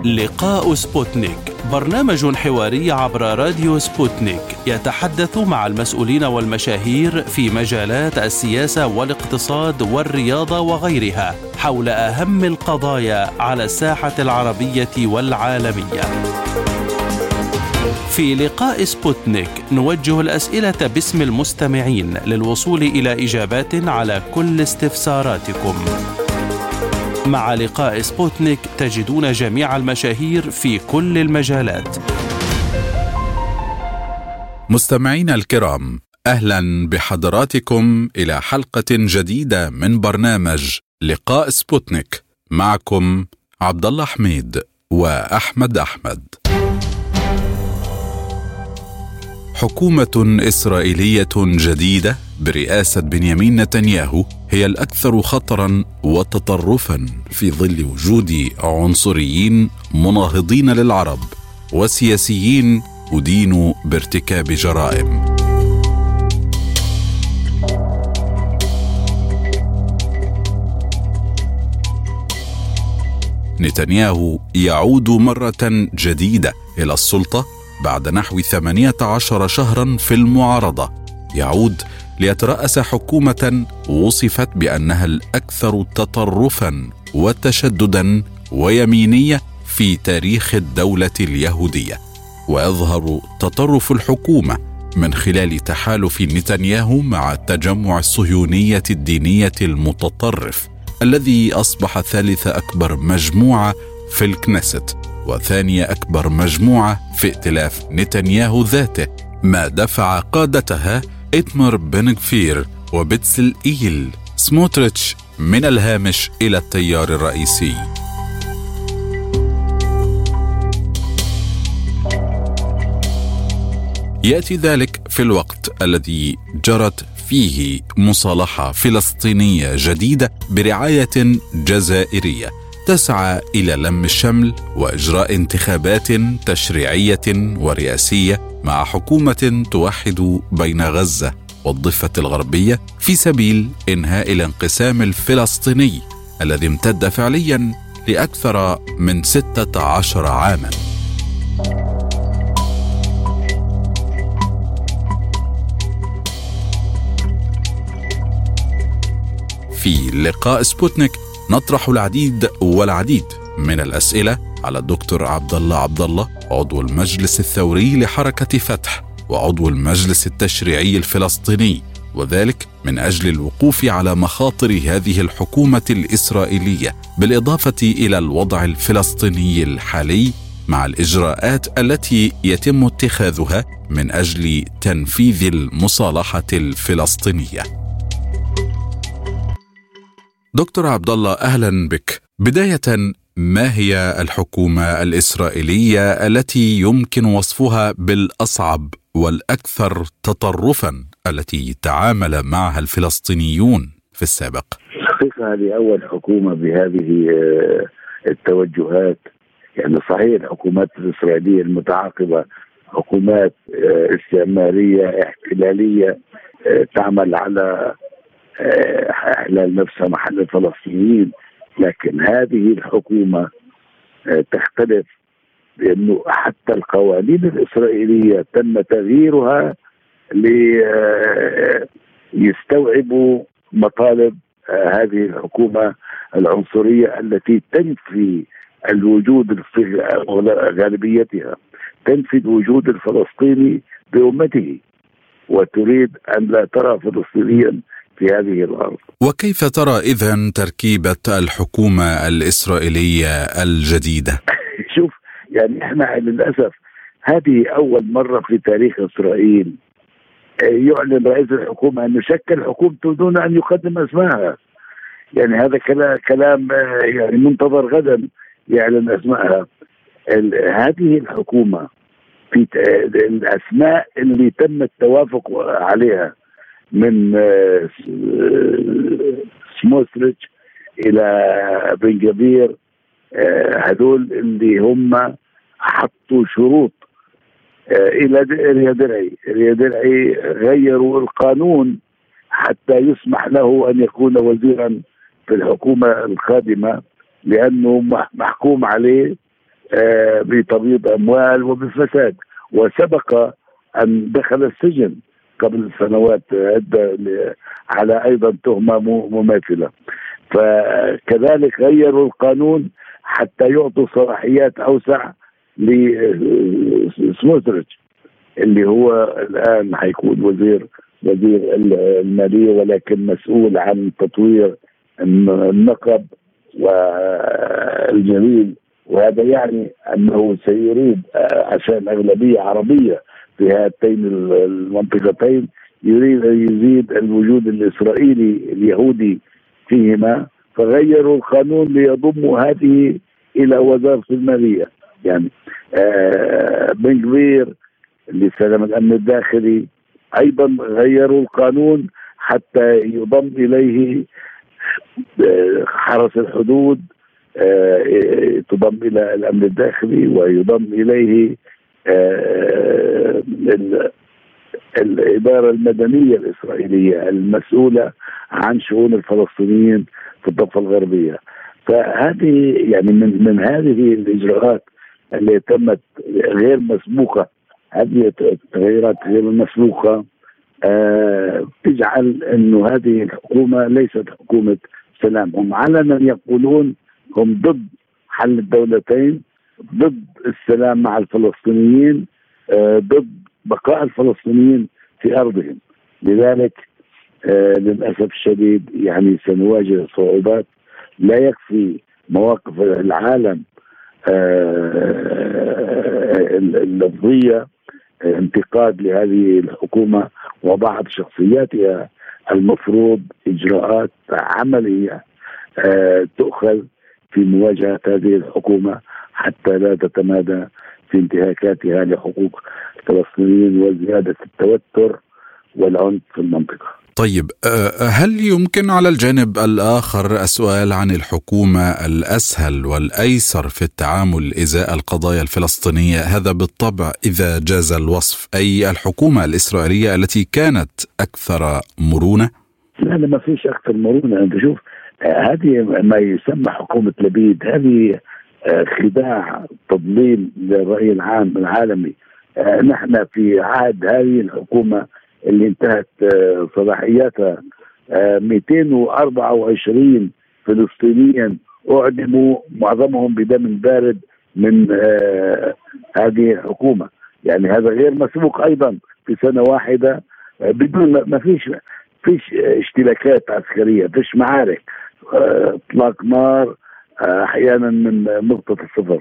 لقاء سبوتنيك، برنامج حواري عبر راديو سبوتنيك يتحدث مع المسؤولين والمشاهير في مجالات السياسة والاقتصاد والرياضة وغيرها حول أهم القضايا على الساحة العربية والعالمية. في لقاء سبوتنيك نوجه الأسئلة باسم المستمعين للوصول إلى إجابات على كل استفساراتكم. مع لقاء سبوتنيك تجدون جميع المشاهير في كل المجالات. مستمعينا الكرام، أهلا بحضراتكم إلى حلقة جديدة من برنامج لقاء سبوتنيك. معكم عبد الله حميد وأحمد أحمد. حكومة إسرائيلية جديدة برئاسة بنيامين نتنياهو هي الأكثر خطراً وتطرفاً في ظل وجود عنصريين مناهضين للعرب وسياسيين أدينوا بارتكاب جرائم. نتنياهو يعود مرة جديدة إلى السلطة بعد نحو 18 شهراً في المعارضة. يعود ليترأس حكومة وصفت بأنها الأكثر تطرفاً وتشدداً ويمينية في تاريخ الدولة اليهودية. ويظهر تطرف الحكومة من خلال تحالف نتنياهو مع التجمع الصهيونية الدينية المتطرف الذي أصبح ثالث أكبر مجموعة في الكنيست وثاني أكبر مجموعة في ائتلاف نتنياهو ذاته، ما دفع قادتها إتمر بن غفير وبتسل إيل سموتريتش من الهامش إلى التيار الرئيسي. يأتي ذلك في الوقت الذي جرت فيه مصالحة فلسطينية جديدة برعاية جزائرية تسعى إلى لم الشمل وإجراء انتخابات تشريعية ورئاسية مع حكومة توحد بين غزة والضفة الغربية في سبيل إنهاء الانقسام الفلسطيني الذي امتد فعليا لأكثر من 16 عاما. في لقاء سبوتنيك نطرح العديد والعديد من الأسئلة على الدكتور عبد الله عضو المجلس الثوري لحركة فتح وعضو المجلس التشريعي الفلسطيني، وذلك من أجل الوقوف على مخاطر هذه الحكومة الإسرائيلية بالإضافة إلى الوضع الفلسطيني الحالي مع الإجراءات التي يتم اتخاذها من أجل تنفيذ المصالحة الفلسطينية. دكتور عبد الله، أهلا بك. بداية، ما هي الحكومة الإسرائيلية التي يمكن وصفها بالأصعب والأكثر تطرفا التي تعامل معها الفلسطينيون في السابق؟ الحقيقة هذه أول حكومة بهذه التوجهات. يعني صحيح الحكومات الإسرائيلية المتعاقبة حكومات استعمارية احتلالية تعمل على احلال نفسها محل الفلسطينيين، لكن هذه الحكومة تختلف بأنه حتى القوانين الإسرائيلية تم تغييرها ليستوعبوا مطالب هذه الحكومة العنصرية التي تنفي الوجود غالبيتها، تنفي الوجود الفلسطيني بأمته وتريد أن لا ترى فلسطينيا في هذه الأرض. وكيف ترى إذن تركيبة الحكومة الإسرائيلية الجديدة؟ شوف، يعني احنا للأسف هذه أول مرة في تاريخ إسرائيل يعلن رئيس الحكومة أن يشكل حكومته دون أن يقدم أسمائها. يعني هذا كلام يعني منتظر غدا يعلن أسمائها. هذه الحكومة في الأسماء اللي تم التوافق عليها من سموتريتش إلى بن غفير، هذول اللي هم حطوا شروط إلى ريادرعي غيروا القانون حتى يسمح له أن يكون وزيرا في الحكومة القادمة، لأنه محكوم عليه بتبييض أموال وبفساد، وسبق أن دخل السجن قبل سنوات عدة على أيضا تهمة مماثلة. فكذلك غيروا القانون حتى يعطوا صلاحيات أوسع لسموتريتش اللي هو الآن حيكون وزير المالية، ولكن مسؤول عن تطوير النقب والجليل. وهذا يعني أنه سيريد عشان أغلبية عربية في هاتين المنطقتين، يريد أن يزيد الوجود الإسرائيلي اليهودي فيهما، فغيروا القانون ليضموا هذه إلى وزارة المالية. يعني بن غفير اللي استلم الأمن الداخلي أيضا غيروا القانون حتى يضم إليه حرس الحدود، تضم إلى الأمن الداخلي، ويضم إليه الإدارة المدنية الإسرائيلية المسؤولة عن شؤون الفلسطينيين في الضفة الغربية. فهذه يعني من هذه الإجراءات اللي تمت غير مسبوقة، هذه التغييرات غير مسبوقة تجعل أنه هذه الحكومة ليست حكومة سلام. هم علنا يقولون هم ضد حل الدولتين، ضد السلام مع الفلسطينيين، ضد بقاء الفلسطينيين في أرضهم. لذلك للأسف الشديد يعني سنواجه صعوبات. لا يكفي مواقف العالم اللفظية انتقاد لهذه الحكومة وبعض شخصياتها، المفروض إجراءات عملية تؤخذ في مواجهة هذه الحكومة حتى لا تتمادى في انتهاكاتها لحقوق الفلسطينيين وزيادة التوتر والعنف في المنطقة. طيب، هل يمكن على الجانب الآخر السؤال عن الحكومة الأسهل والأيسر في التعامل إزاء القضايا الفلسطينية؟ هذا بالطبع إذا جاز الوصف، أي الحكومة الإسرائيلية التي كانت أكثر مرونة؟ لا ما فيش أكثر مرونة. أنت شوف هذه ما يسمى حكومة لبيد، هذه خداع تضليل للرأي العام العالمي. نحن في عهد هذه الحكومة اللي انتهت صلاحياتها 224 فلسطينيا أعدموا، معظمهم بدم بارد من هذه الحكومة. يعني هذا غير مسبوق أيضا في سنة واحدة، بدون ما فيش اشتباكات عسكرية، فيش معارك، اطلاق نار احيانا من نقطة الصفر.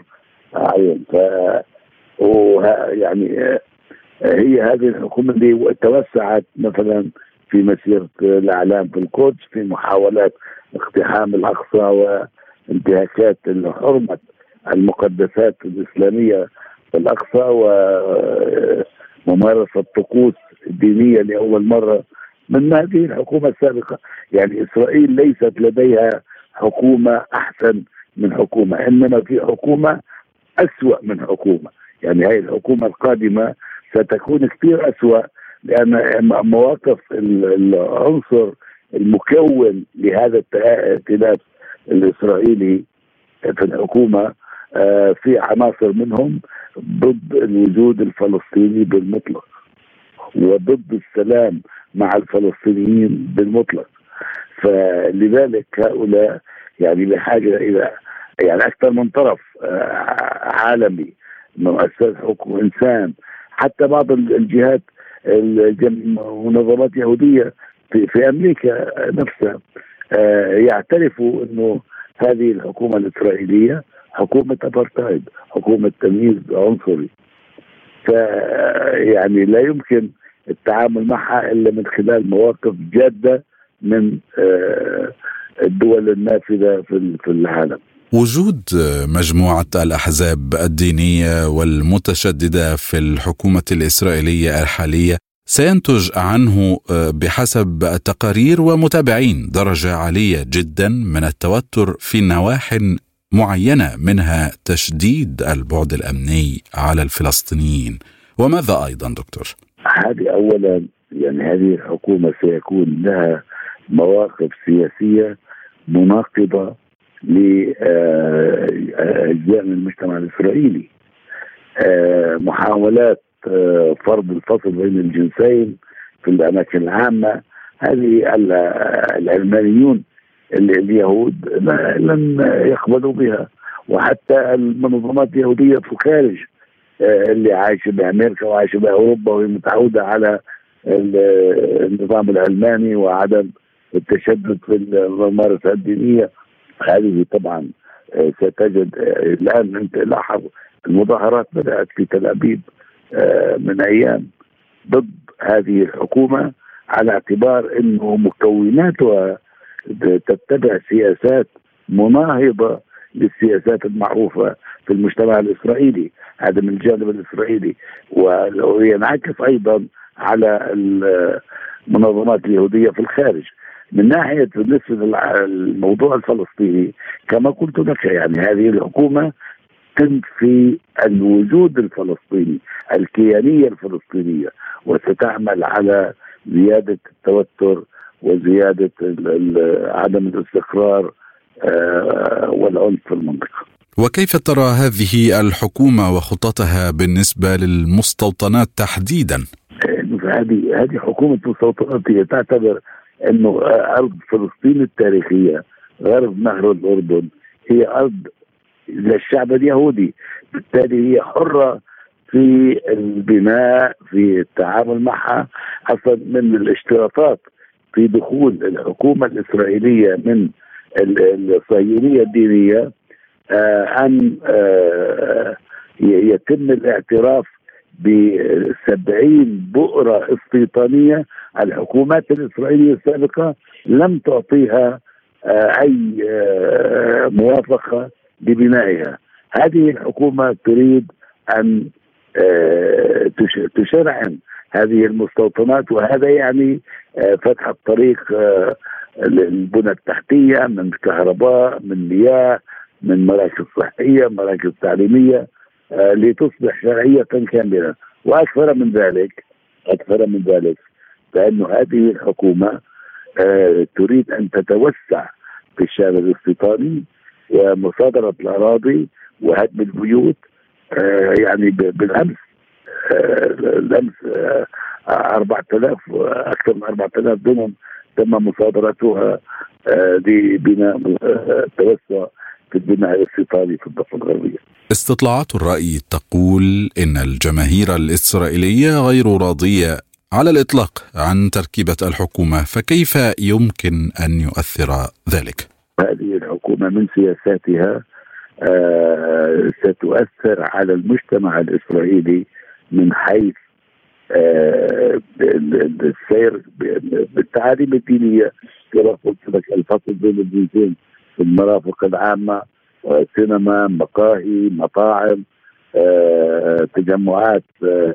يعني هي هذه الحكومة اللي توسعت مثلا في مسيرة الإعلام في القدس، في محاولات اقتحام الأقصى وانتهاكات حرمة المقدسات الإسلامية في الأقصى، وممارسة طقوس دينية لأول مرة من هذه الحكومة السابقة. يعني إسرائيل ليست لديها حكومة أحسن من حكومة، إنما في حكومة أسوأ من حكومة. يعني هاي الحكومة القادمة ستكون كثير أسوأ، لأن مواقف العنصر المكون لهذا الائتلاف الإسرائيلي في الحكومة في عناصر منهم ضد الوجود الفلسطيني بالمطلق، وضد السلام مع الفلسطينيين بالمطلق. فلذلك هؤلاء يعني بحاجة إلى يعني أكثر من طرف عالمي، مؤسسات حقوق إنسان، حتى بعض الجهات منظمات يهودية في أمريكا نفسها يعترفوا أنه هذه الحكومة الإسرائيلية حكومة أبارتايد، حكومة تمييز عنصري. فيعني لا يمكن التعامل معها إلا من خلال مواقف جادة من الدول النافذة في العالم. وجود مجموعة الأحزاب الدينية والمتشددة في الحكومة الإسرائيلية الحالية سينتج عنه بحسب التقارير ومتابعين درجة عالية جدا من التوتر في نواحي معينة، منها تشديد البعد الأمني على الفلسطينيين. وماذا أيضا دكتور؟ هذه أولا يعني هذه الحكومة سيكون لها مواقف سياسية مناقضة لأجزاء من المجتمع الإسرائيلي. محاولات فرض الفصل بين الجنسين في الأماكن العامة، هذه العلمانيون اليهود لن يقبلوا بها، وحتى المنظمات اليهودية في الخارج اللي عايشة بأمريكا وعايشة بأوروبا ومتعودة على النظام العلماني وعدم التشدد في الممارسة الدينية، هذه طبعا ستجد. الآن أنت لاحظ المظاهرات بدأت في تل أبيب من أيام ضد هذه الحكومة، على اعتبار أنه مكوناتها تتبع سياسات مناهضة للسياسات المعروفة في المجتمع الإسرائيلي. هذا من الجانب الإسرائيلي، وينعكس أيضا على المنظمات اليهودية في الخارج. من ناحية بالنسبة للموضوع الفلسطيني كما قلت لك، يعني هذه الحكومة تنفي الوجود الفلسطيني، الكيانية الفلسطينية، وستعمل على زيادة التوتر وزيادة عدم الاستقرار والعنف في المنطقة. وكيف ترى هذه الحكومة وخططها بالنسبة للمستوطنات تحديدا؟ هذه حكومة المستوطنات هي تعتبر أنه أرض فلسطين التاريخية غرب نهر الأردن هي أرض للشعب اليهودي، بالتالي هي حرة في البناء، في التعامل معها. أصلا من الاشتراطات في دخول الحكومة الإسرائيلية من الصهيونية الدينية أن يتم الاعتراف ب70 بؤرة استيطانية. الحكومات الإسرائيلية السابقة لم تعطيها أي موافقة لبنائها. هذه الحكومة تريد أن تشرعن هذه المستوطنات، وهذا يعني فتح الطريق للبنى التحتية من كهرباء، من مياه، من مراكز صحية، مراكز تعليمية، لتصبح شرعية كاملة. وأكثر من ذلك فإن هذه الحكومة تريد أن تتوسع في الشارع الاستيطاني ومصادرة الأراضي وهدم البيوت. يعني بالأمس 4000 أكثر من 4000 دنم تم مصادرتها لبناء توسع في البناء الاستيطاني في الضفة الغربية. استطلاعات الرأي تقول إن الجماهير الإسرائيلية غير راضية على الإطلاق عن تركيبة الحكومة، فكيف يمكن أن يؤثر ذلك؟ هذه الحكومة من سياساتها ستؤثر على المجتمع الإسرائيلي من حيث السير بالتعاليم الدينية، كما قلت لك، الفصل بين الجنسين في المرافق العامة، سينما، مقاهي، مطاعم، تجمعات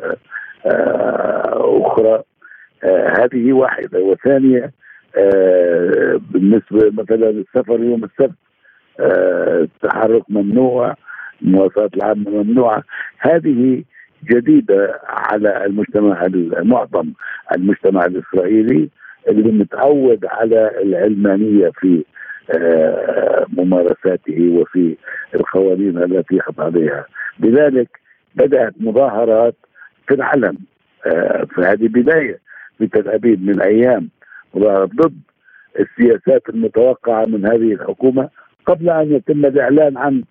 أخرى. هذه واحدة. وثانية بالنسبة مثلا السفر يوم السبت، التحرك ممنوع، المواصلات العامة ممنوعة. هذه جديدة على معظم المجتمع الإسرائيلي اللي متعود على العلمانية في ممارساته وفي القوانين التي يخضع عليها. لذلك بدأت مظاهرات في العلن، فهذه بداية في تل أبيب من أيام، مظاهرة ضد السياسات المتوقعة من هذه الحكومة قبل أن يتم الإعلان عن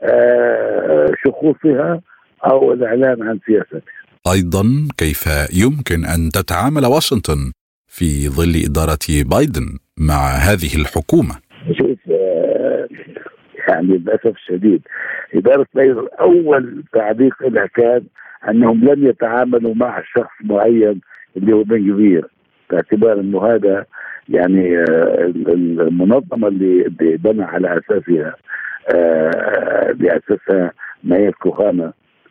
شخوصها أو الإعلان عن سياستها. أيضا كيف يمكن أن تتعامل واشنطن في ظل إدارة بايدن مع هذه الحكومة؟ شوف، يعني للأسف الشديد إدارة بايدن أول تعليق لها كان أنهم لن يتعاملوا مع شخص معين اللي هو بن جفير، باعتبار أنه هذا يعني المنظمة اللي بنى على أساسها بأساسها مايا كوهانا،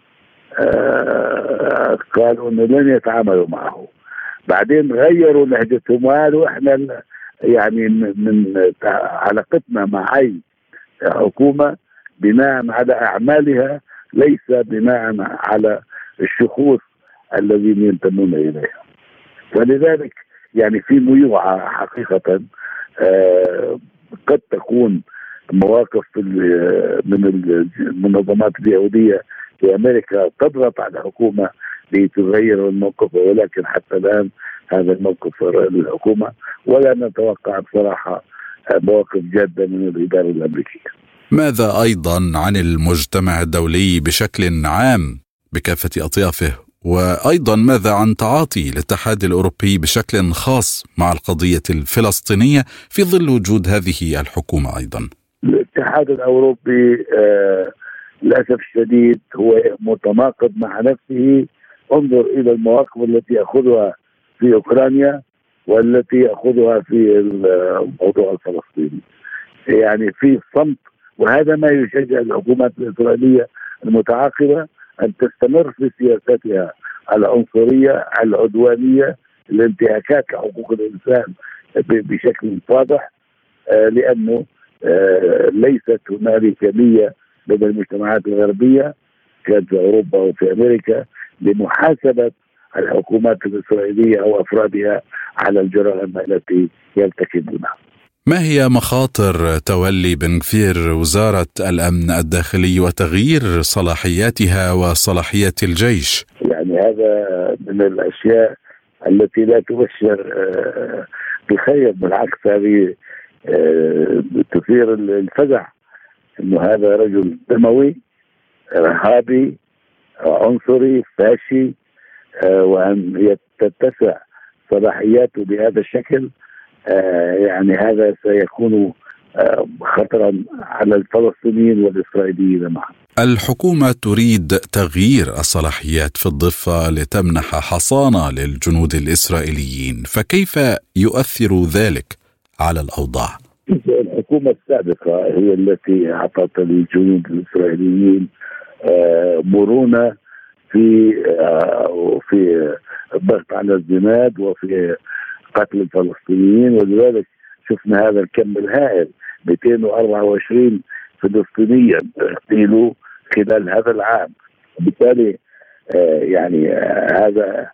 قالوا أنه لن يتعاملوا معه. بعدين غيروا لهجتهم وقالوا إحنا يعني من علاقتنا مع أي حكومة بناء على أعمالها، ليس بناء على الشخوص الذين ينتمون إليها. فلذلك يعني في ميوعة حقيقة قد تكون مواقف من المنظمات اليهودية في أمريكا تضغط على الحكومة لتغير الموقف، ولكن حتى الآن هذا الموقف للحكومة، ولا نتوقع بصراحة مواقف جادة من الإدارة الأمريكية. ماذا أيضا عن المجتمع الدولي بشكل عام بكافة أطيافه، وأيضا ماذا عن تعاطي الاتحاد الأوروبي بشكل خاص مع القضية الفلسطينية في ظل وجود هذه الحكومة أيضا؟ الاتحاد الأوروبي للأسف الشديد هو متناقض مع نفسه. انظر إلى المواقف التي يأخذها في أوكرانيا والتي يأخذها في الموضوع الفلسطيني، يعني في صمت، وهذا ما يشجع الحكومات الإسرائيلية المتعاقبة أن تستمر في سياستها العنصرية العدوانية، الانتهاكات لحقوق الإنسان بشكل واضح، لأنه ليست هنالك نية لدى المجتمعات الغربية كانت في أوروبا وفي أمريكا لمحاسبة الحكومات الإسرائيلية أو أفرادها على الجرائم التي يرتكبونها. ما هي مخاطر تولي بن غفير وزارة الأمن الداخلي وتغيير صلاحياتها وصلاحية الجيش؟ يعني هذا من الأشياء التي لا تبشر بخير، بالعكس هذه تثير الفزع، إنه هذا رجل دموي إرهابي عنصري فاشي، وأن تتسع صلاحياته بهذا الشكل، يعني هذا سيكون خطرا على الفلسطينيين والإسرائيليين معا. الحكومة تريد تغيير الصلاحيات في الضفة لتمنح حصانة للجنود الإسرائيليين، فكيف يؤثر ذلك على الأوضاع؟ الحكومة السابقة هي التي أعطت للجنود الإسرائيليين مرونة في الضغط على الزناد وفي قتل الفلسطينيين، ولذلك شفنا هذا الكم الهائل 224 فلسطينيا اغتيلوا خلال هذا العام. وبالتالي يعني هذا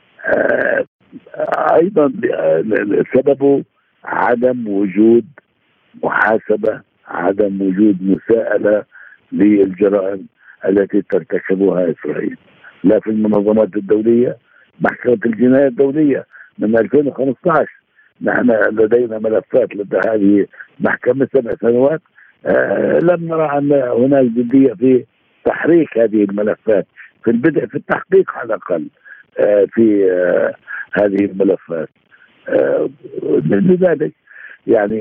أيضا سببه عدم وجود محاسبة، عدم وجود مساءلة للجرائم التي ترتكبها إسرائيل، لا في المنظمات الدولية. محكمة الجناية الدولية من 2015 نحن لدينا ملفات لدى هذه المحكمة 7 سنوات، لم نرى أن هناك جدية في تحريك هذه الملفات، في البدء في التحقيق على الأقل في هذه الملفات. لذلك يعني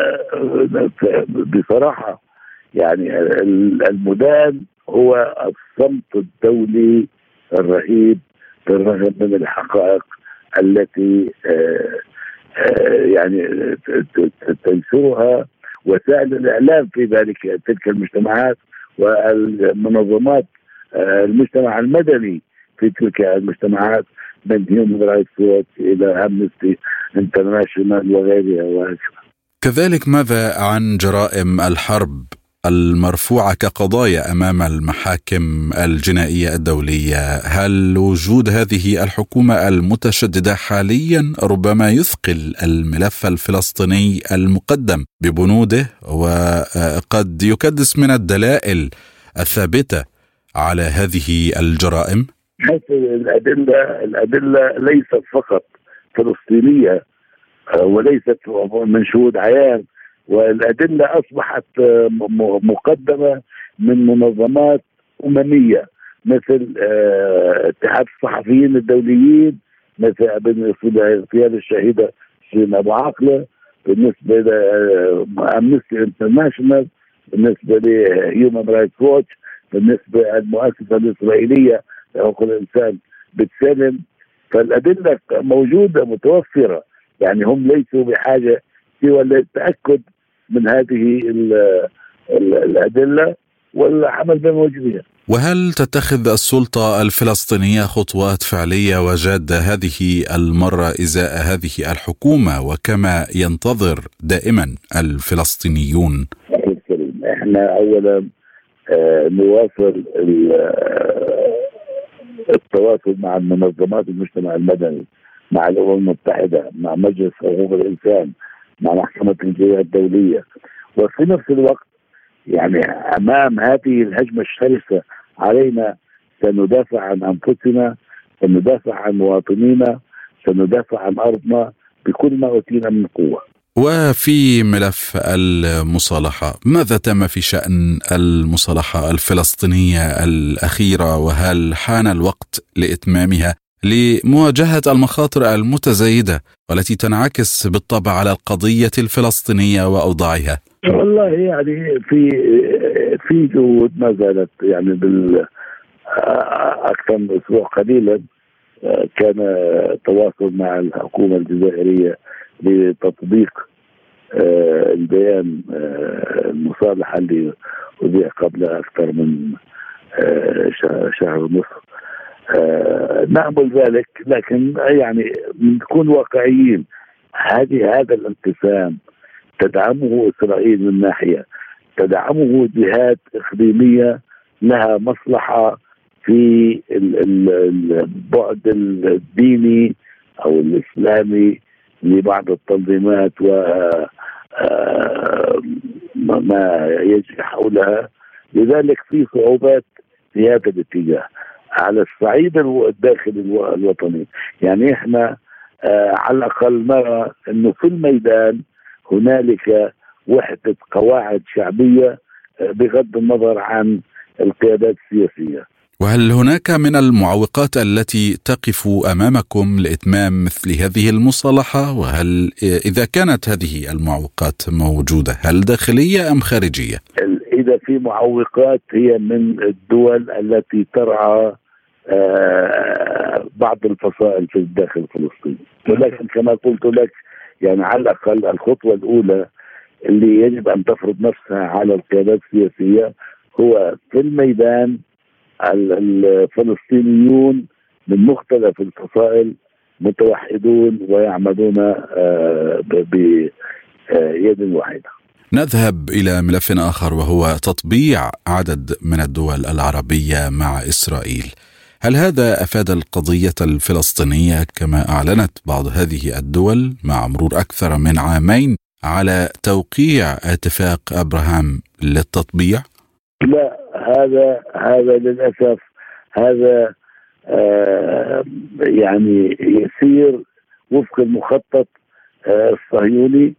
بصراحة يعني المدان هو الصمت الدولي الرهيب بالرغم من الحقائق التي يعني تنشرها وسائل الإعلام في تلك المجتمعات والمنظمات المجتمع المدني في تلك المجتمعات، من هيومن رايتس ووتش إلى أمنستي انترناشونال وغيرها وهكذا. كذلك ماذا عن جرائم الحرب المرفوعة كقضايا أمام المحاكم الجنائية الدولية؟ هل وجود هذه الحكومة المتشددة حاليا ربما يثقل الملف الفلسطيني المقدم ببنوده وقد يكدس من الدلائل الثابتة على هذه الجرائم؟ الأدلة ليست فقط فلسطينية وليست من شهود عيان، والأدلة أصبحت مقدمة من منظمات أممية مثل اتحاد الصحفيين الدوليين، مثل بالنسبة لاغتيال الشهيدة شيرين أبو عاقلة، بالنسبة لأمنستي انترناشونال، بالنسبة لهيومن رايتس ووتش، بالنسبة للمؤسسة الإسرائيلية لحقوق الإنسان بتسلم. فالأدلة موجودة متوفرة، يعني هم ليسوا بحاجة سوى التأكد من هذه الأدلة والعمل بموجودها. وهل تتخذ السلطة الفلسطينية خطوات فعلية وجادة هذه المرة إزاء هذه الحكومة وكما ينتظر دائما الفلسطينيون؟ احنا أولا نواصل التواصل مع المنظمات المجتمع المدني، مع الأمم المتحدة، مع مجلس حقوق الإنسان، مع محكمة الجناية الدولية، وفي نفس الوقت يعني أمام هذه الهجمة الشرسة علينا سندافع عن أنفسنا، سندافع عن مواطنينا، سندافع عن أرضنا بكل ما أوتينا من قوة. وفي ملف المصالحة، ماذا تم في شأن المصالحة الفلسطينية الأخيرة، وهل حان الوقت لإتمامها لمواجهة المخاطر المتزايدة والتي تنعكس بالطبع على القضية الفلسطينية وأوضاعها؟ والله يعني في جهود ما زالت، يعني أكثر من أسبوع قليلا كان تواصل مع الحكومة الجزائرية لتطبيق البيان المصالحة اللي وضع قبل أكثر من شهر ونصف. نعمل ذلك، لكن يعني نكون واقعيين. هذا الانقسام تدعمه إسرائيل من ناحية، تدعمه جهات إقليمية لها مصلحة في البعد الديني أو الإسلامي لبعض التنظيمات وما يجري حولها. لذلك في صعوبات في هذا الاتجاه على الصعيد الداخلي الوطني. يعني احنا على الأقل نرى أنه في الميدان هنالك وحدة قواعد شعبية بغض النظر عن القيادات السياسية. وهل هناك من المعوقات التي تقف أمامكم لإتمام مثل هذه المصالحة؟ وهل إذا كانت هذه المعوقات موجودة هل داخلية أم خارجية؟ إذا في معوقات هي من الدول التي ترعى بعض الفصائل في الداخل الفلسطيني، ولكن كما قلت لك يعني على الأقل الخطوة الأولى اللي يجب أن تفرض نفسها على القيادات السياسية هو في الميدان الفلسطينيون من مختلف الفصائل متوحدون ويعملون بيد واحدة. نذهب إلى ملف آخر وهو تطبيع عدد من الدول العربية مع إسرائيل. هل هذا أفاد القضية الفلسطينية كما أعلنت بعض هذه الدول مع مرور أكثر من عامين على توقيع اتفاق أبراهام للتطبيع؟ لا، هذا للأسف هذا يعني يسير وفق المخطط الصهيوني،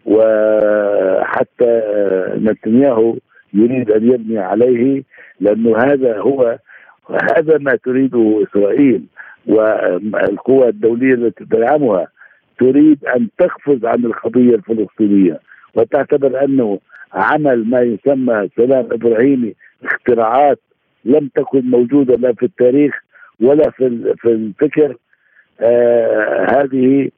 وحتى نتنياهو يريد أن يبني عليه، لأنه هذا ما تريده إسرائيل والقوى الدولية التي تدعمها، تريد أن تقفز عن القضية الفلسطينية وتعتبر أنه عمل ما يسمى سلام إبراهيمي اختراعات لم تكن موجودة لا في التاريخ ولا في الفكر. هذه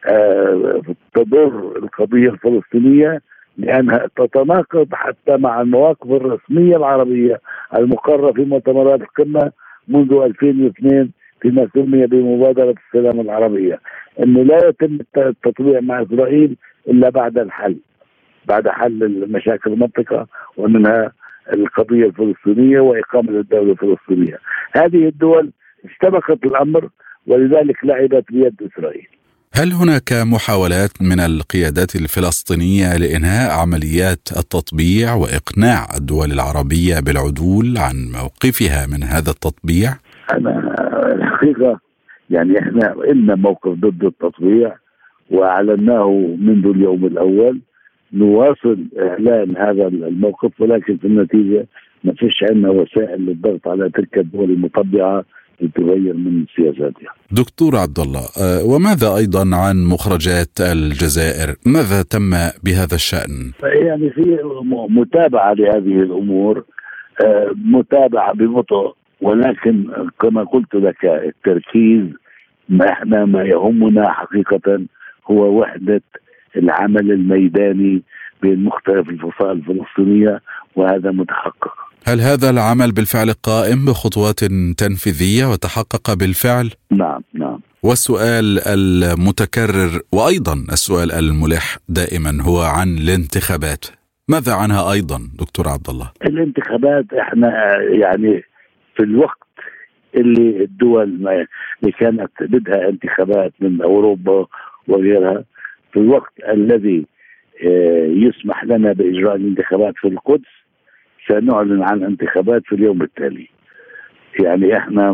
تضر القضية الفلسطينية لأنها تتناقض حتى مع المواقف الرسمية العربية المقررة في مؤتمرات القمة منذ 2002 فيما سمي بمبادرة السلام العربية، أنه لا يتم التطبيع مع إسرائيل إلا بعد حل المشاكل المنطقة ومنها القضية الفلسطينية وإقامة الدولة الفلسطينية. هذه الدول استبقت الأمر ولذلك لعبت بيد إسرائيل. هل هناك محاولات من القيادات الفلسطينية لإنهاء عمليات التطبيع وإقناع الدول العربية بالعدول عن موقفها من هذا التطبيع؟ أنا الحقيقة يعني إحنا إلنا موقف ضد التطبيع وأعلناه منذ اليوم الأول، نواصل إعلان هذا الموقف، ولكن في النتيجة ما فيش عندنا وسائل للضغط على تلك الدول المطبعة لتغير من سياساتها. دكتور عبد الله، وماذا أيضا عن مخرجات الجزائر؟ ماذا تم بهذا الشأن؟ يعني في متابعة لهذه الأمور، متابعة ببطء، ولكن كما قلت لك التركيز ما يهمنا حقيقة هو وحدة العمل الميداني بين مختلف الفصائل الفلسطينية، وهذا متحقق. هل هذا العمل بالفعل قائم بخطوات تنفيذية وتحقق بالفعل؟ نعم. والسؤال المتكرر وأيضا السؤال الملح دائما هو عن الانتخابات، ماذا عنها أيضا دكتور عبد الله؟ الانتخابات احنا يعني في الوقت اللي الدول اللي كانت بدها انتخابات من أوروبا وغيرها، في الوقت الذي يسمح لنا بإجراء الانتخابات في القدس سنعلن عن انتخابات في اليوم التالي. يعني احنا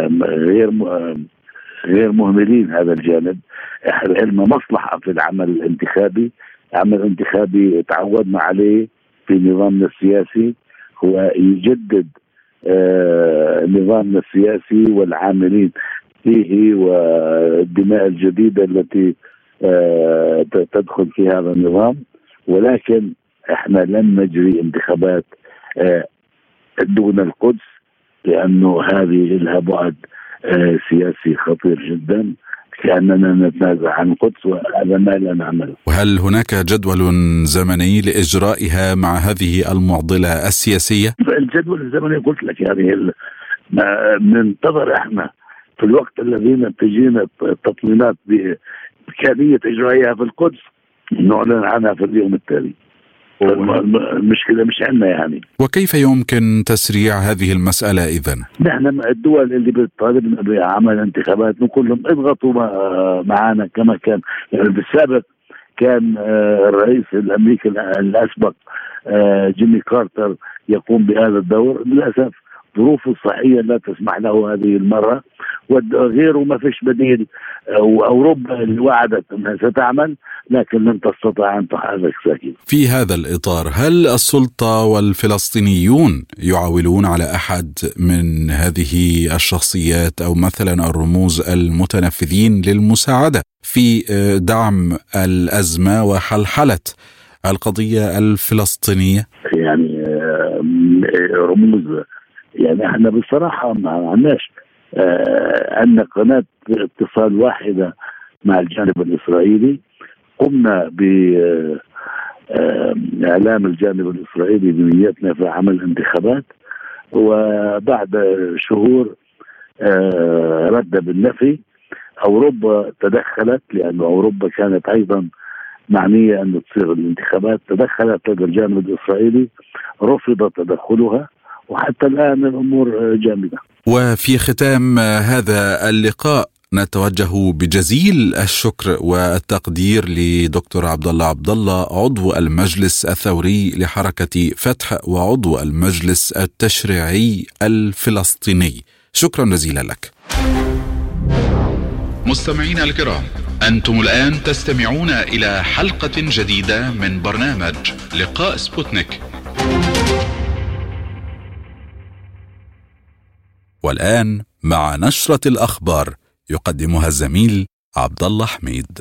غير مهملين هذا الجانب. احنا لنا مصلحة في العمل الانتخابي. العمل الانتخابي تعودنا عليه في نظامنا السياسي، هو يجدد نظامنا السياسي والعاملين فيه والدماء الجديدة التي تدخل في هذا النظام. ولكن احنا لن نجري انتخابات دون القدس، لأنه هذه لها بعد سياسي خطير جدا، كأننا نتنازع عن القدس وهذا ما لا نعمل. وهل هناك جدول زمني لإجرائها مع هذه المعضلة السياسية؟ الجدول الزمني قلت لك يعني ننتظر احنا في الوقت الذي تجينا التطمينات بإمكانية إجرائها في القدس نعلن عنها في اليوم التالي. المشكلة مش عندنا يعني. وكيف يمكن تسريع هذه المسألة إذن؟ نحن الدول اللي بتطالبنا بعمل انتخابات نقول لهم اضغطوا معنا كما كان. يعني بالسابق كان الرئيس الأمريكي الأسبق جيمي كارتر يقوم بهذا الدور. للأسف ظروفه الصحية لا تسمح له هذه المرة، وغيره ما فيش بديل. وأوروبا اللي وعدت أنها ستعمل لكن لن تستطيع أن تحرك ساكن. في هذا الإطار، هل السلطة والفلسطينيون يعولون على أحد من هذه الشخصيات أو مثلا الرموز المتنفذين للمساعدة في دعم الأزمة وحلحلة القضية الفلسطينية؟ يعني رموز، يعني احنا بصراحة ما عناش عندنا قناة اتصال واحدة مع الجانب الإسرائيلي. قمنا بإعلام الجانب الإسرائيلي بنيتنا في عمل انتخابات، وبعد شهور رد بالنفي. أوروبا تدخلت، لأن أوروبا كانت أيضا معنية أن تصير الانتخابات، تدخلت لدى الجانب الإسرائيلي، رفض تدخلها، وحتى الآن الأمور جامدة. وفي ختام هذا اللقاء نتوجه بجزيل الشكر والتقدير لدكتور عبدالله عبدالله، عضو المجلس الثوري لحركة فتح وعضو المجلس التشريعي الفلسطيني. شكرا جزيلا لك. مستمعينا الكرام، أنتم الآن تستمعون إلى حلقة جديدة من برنامج لقاء سبوتنيك. والآن مع نشرة الأخبار يقدمها الزميل عبد الله حميد.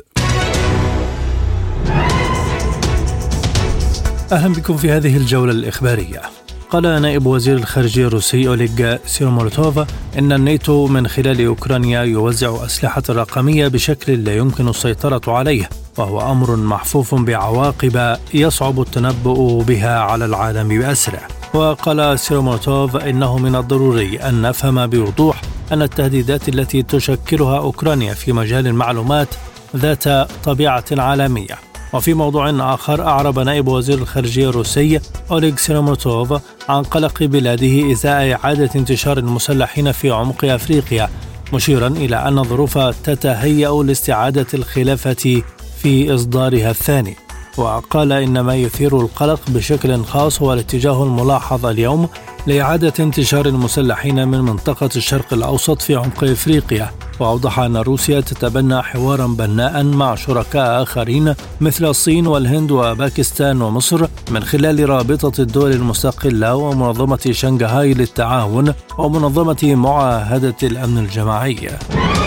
أهلا بكم في هذه الجولة الإخبارية. قال نائب وزير الخارجية الروسي أوليغ سيرومونتوف إن الناتو من خلال أوكرانيا يوزع أسلحة رقمية بشكل لا يمكن السيطرة عليه، وهو أمر محفوف بعواقب يصعب التنبؤ بها على العالم بأسرع. وقال سيرومونتوف إنه من الضروري أن نفهم بوضوح أن التهديدات التي تشكلها أوكرانيا في مجال المعلومات ذات طبيعة عالمية. وفي موضوع آخر، أعرب نائب وزير الخارجية الروسي أوليغ سيرومونتوف عن قلق بلاده إزاء إعادة انتشار المسلحين في عمق أفريقيا، مشيرا إلى أن الظروف تتهيأ لاستعادة الخلافة في إصدارها الثاني. وقال إن ما يثير القلق بشكل خاص هو الاتجاه الملاحظ اليوم لإعادة انتشار المسلحين من منطقة الشرق الأوسط في عمق إفريقيا. وأوضح أن روسيا تتبنى حوارا بناء مع شركاء آخرين مثل الصين والهند وباكستان ومصر من خلال رابطة الدول المستقلة ومنظمة شنغهاي للتعاون ومنظمة معاهدة الأمن الجماعية.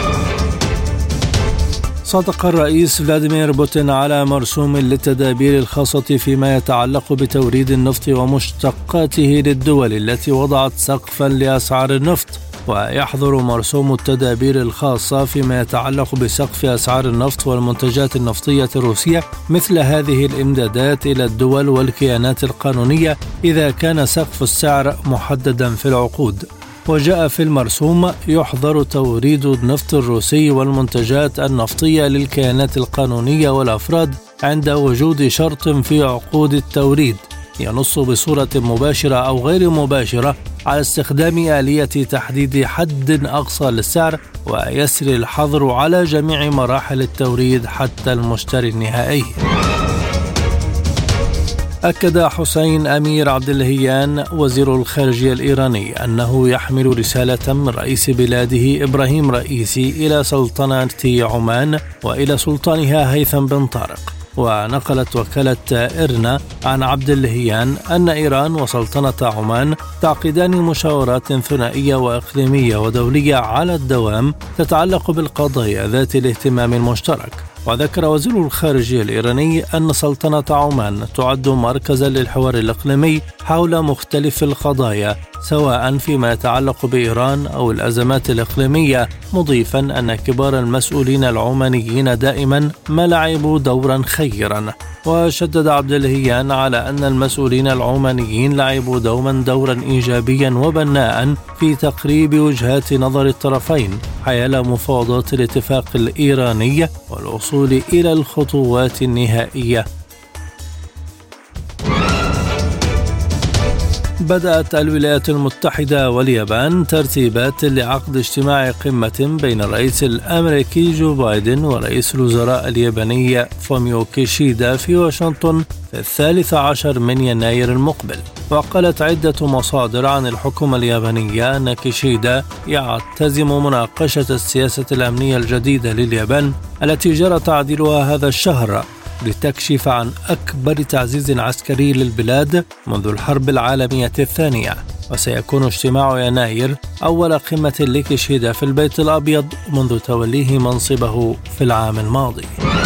صادق الرئيس فلاديمير بوتين على مرسوم للتدابير الخاصة فيما يتعلق بتوريد النفط ومشتقاته للدول التي وضعت سقفا لأسعار النفط، ويحظر مرسوم التدابير الخاصة فيما يتعلق بسقف أسعار النفط والمنتجات النفطية الروسية مثل هذه الإمدادات إلى الدول والكيانات القانونية إذا كان سقف السعر محددا في العقود. وجاء في المرسوم يحظر توريد النفط الروسي والمنتجات النفطية للكيانات القانونية والأفراد عند وجود شرط في عقود التوريد ينص بصورة مباشرة أو غير مباشرة على استخدام آلية تحديد حد أقصى للسعر، ويسري الحظر على جميع مراحل التوريد حتى المشتري النهائي. أكد حسين أمير عبد اللهيان وزير الخارجية الإيراني أنه يحمل رسالة من رئيس بلاده إبراهيم رئيسي إلى سلطنة عمان وإلى سلطانها هيثم بن طارق. ونقلت وكالة إرنا عن عبد اللهيان أن إيران وسلطنة عمان تعقدان مشاورات ثنائية وإقليمية ودولية على الدوام تتعلق بالقضايا ذات الاهتمام المشترك. وذكر وزير الخارجية الإيراني أن سلطنة عمان تعد مركزا للحوار الإقليمي حول مختلف القضايا سواء فيما يتعلق بإيران أو الأزمات الإقليمية، مضيفا أن كبار المسؤولين العمانيين دائما ما لعبوا دورا خيرا. وشدد عبد اللهيان على أن المسؤولين العمانيين لعبوا دورا إيجابيا وبناء في تقريب وجهات نظر الطرفين حيال مفاوضات الاتفاق الإيراني والوصول إلى الخطوات النهائية. بدأت الولايات المتحدة واليابان ترتيبات لعقد اجتماع قمة بين الرئيس الأمريكي جو بايدن ورئيس الوزراء الياباني فوميو كيشيدا في واشنطن في 13 من يناير المقبل. وقالت عدة مصادر عن الحكومة اليابانية أن كيشيدا يعتزم مناقشة السياسة الأمنية الجديدة لليابان التي جرى تعديلها هذا الشهر لتكشف عن أكبر تعزيز عسكري للبلاد منذ الحرب العالمية الثانية. وسيكون اجتماع يناير أول قمة لكيشيدا في البيت الأبيض منذ توليه منصبه في العام الماضي.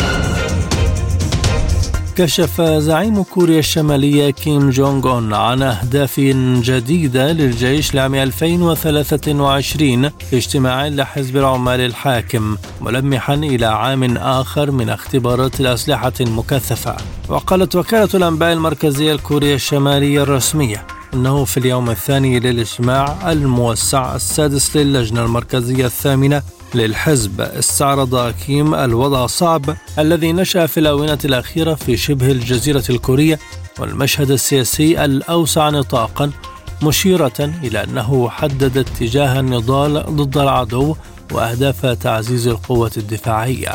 كشف زعيم كوريا الشمالية كيم جونغ أون عن أهداف جديدة للجيش لعام 2023 في اجتماع لحزب العمال الحاكم، ملمحا إلى عام آخر من اختبارات الأسلحة المكثفة. وقالت وكالة الأنباء المركزية الكورية الشمالية الرسمية أنه في اليوم الثاني للاجتماع الموسع السادس للجنة المركزية الثامنة للحزب استعرض كيم الوضع الصعب الذي نشأ في الآونة الأخيرة في شبه الجزيرة الكورية والمشهد السياسي الأوسع نطاقا، مشيرة إلى أنه حدد اتجاه النضال ضد العدو وأهداف تعزيز القوة الدفاعية.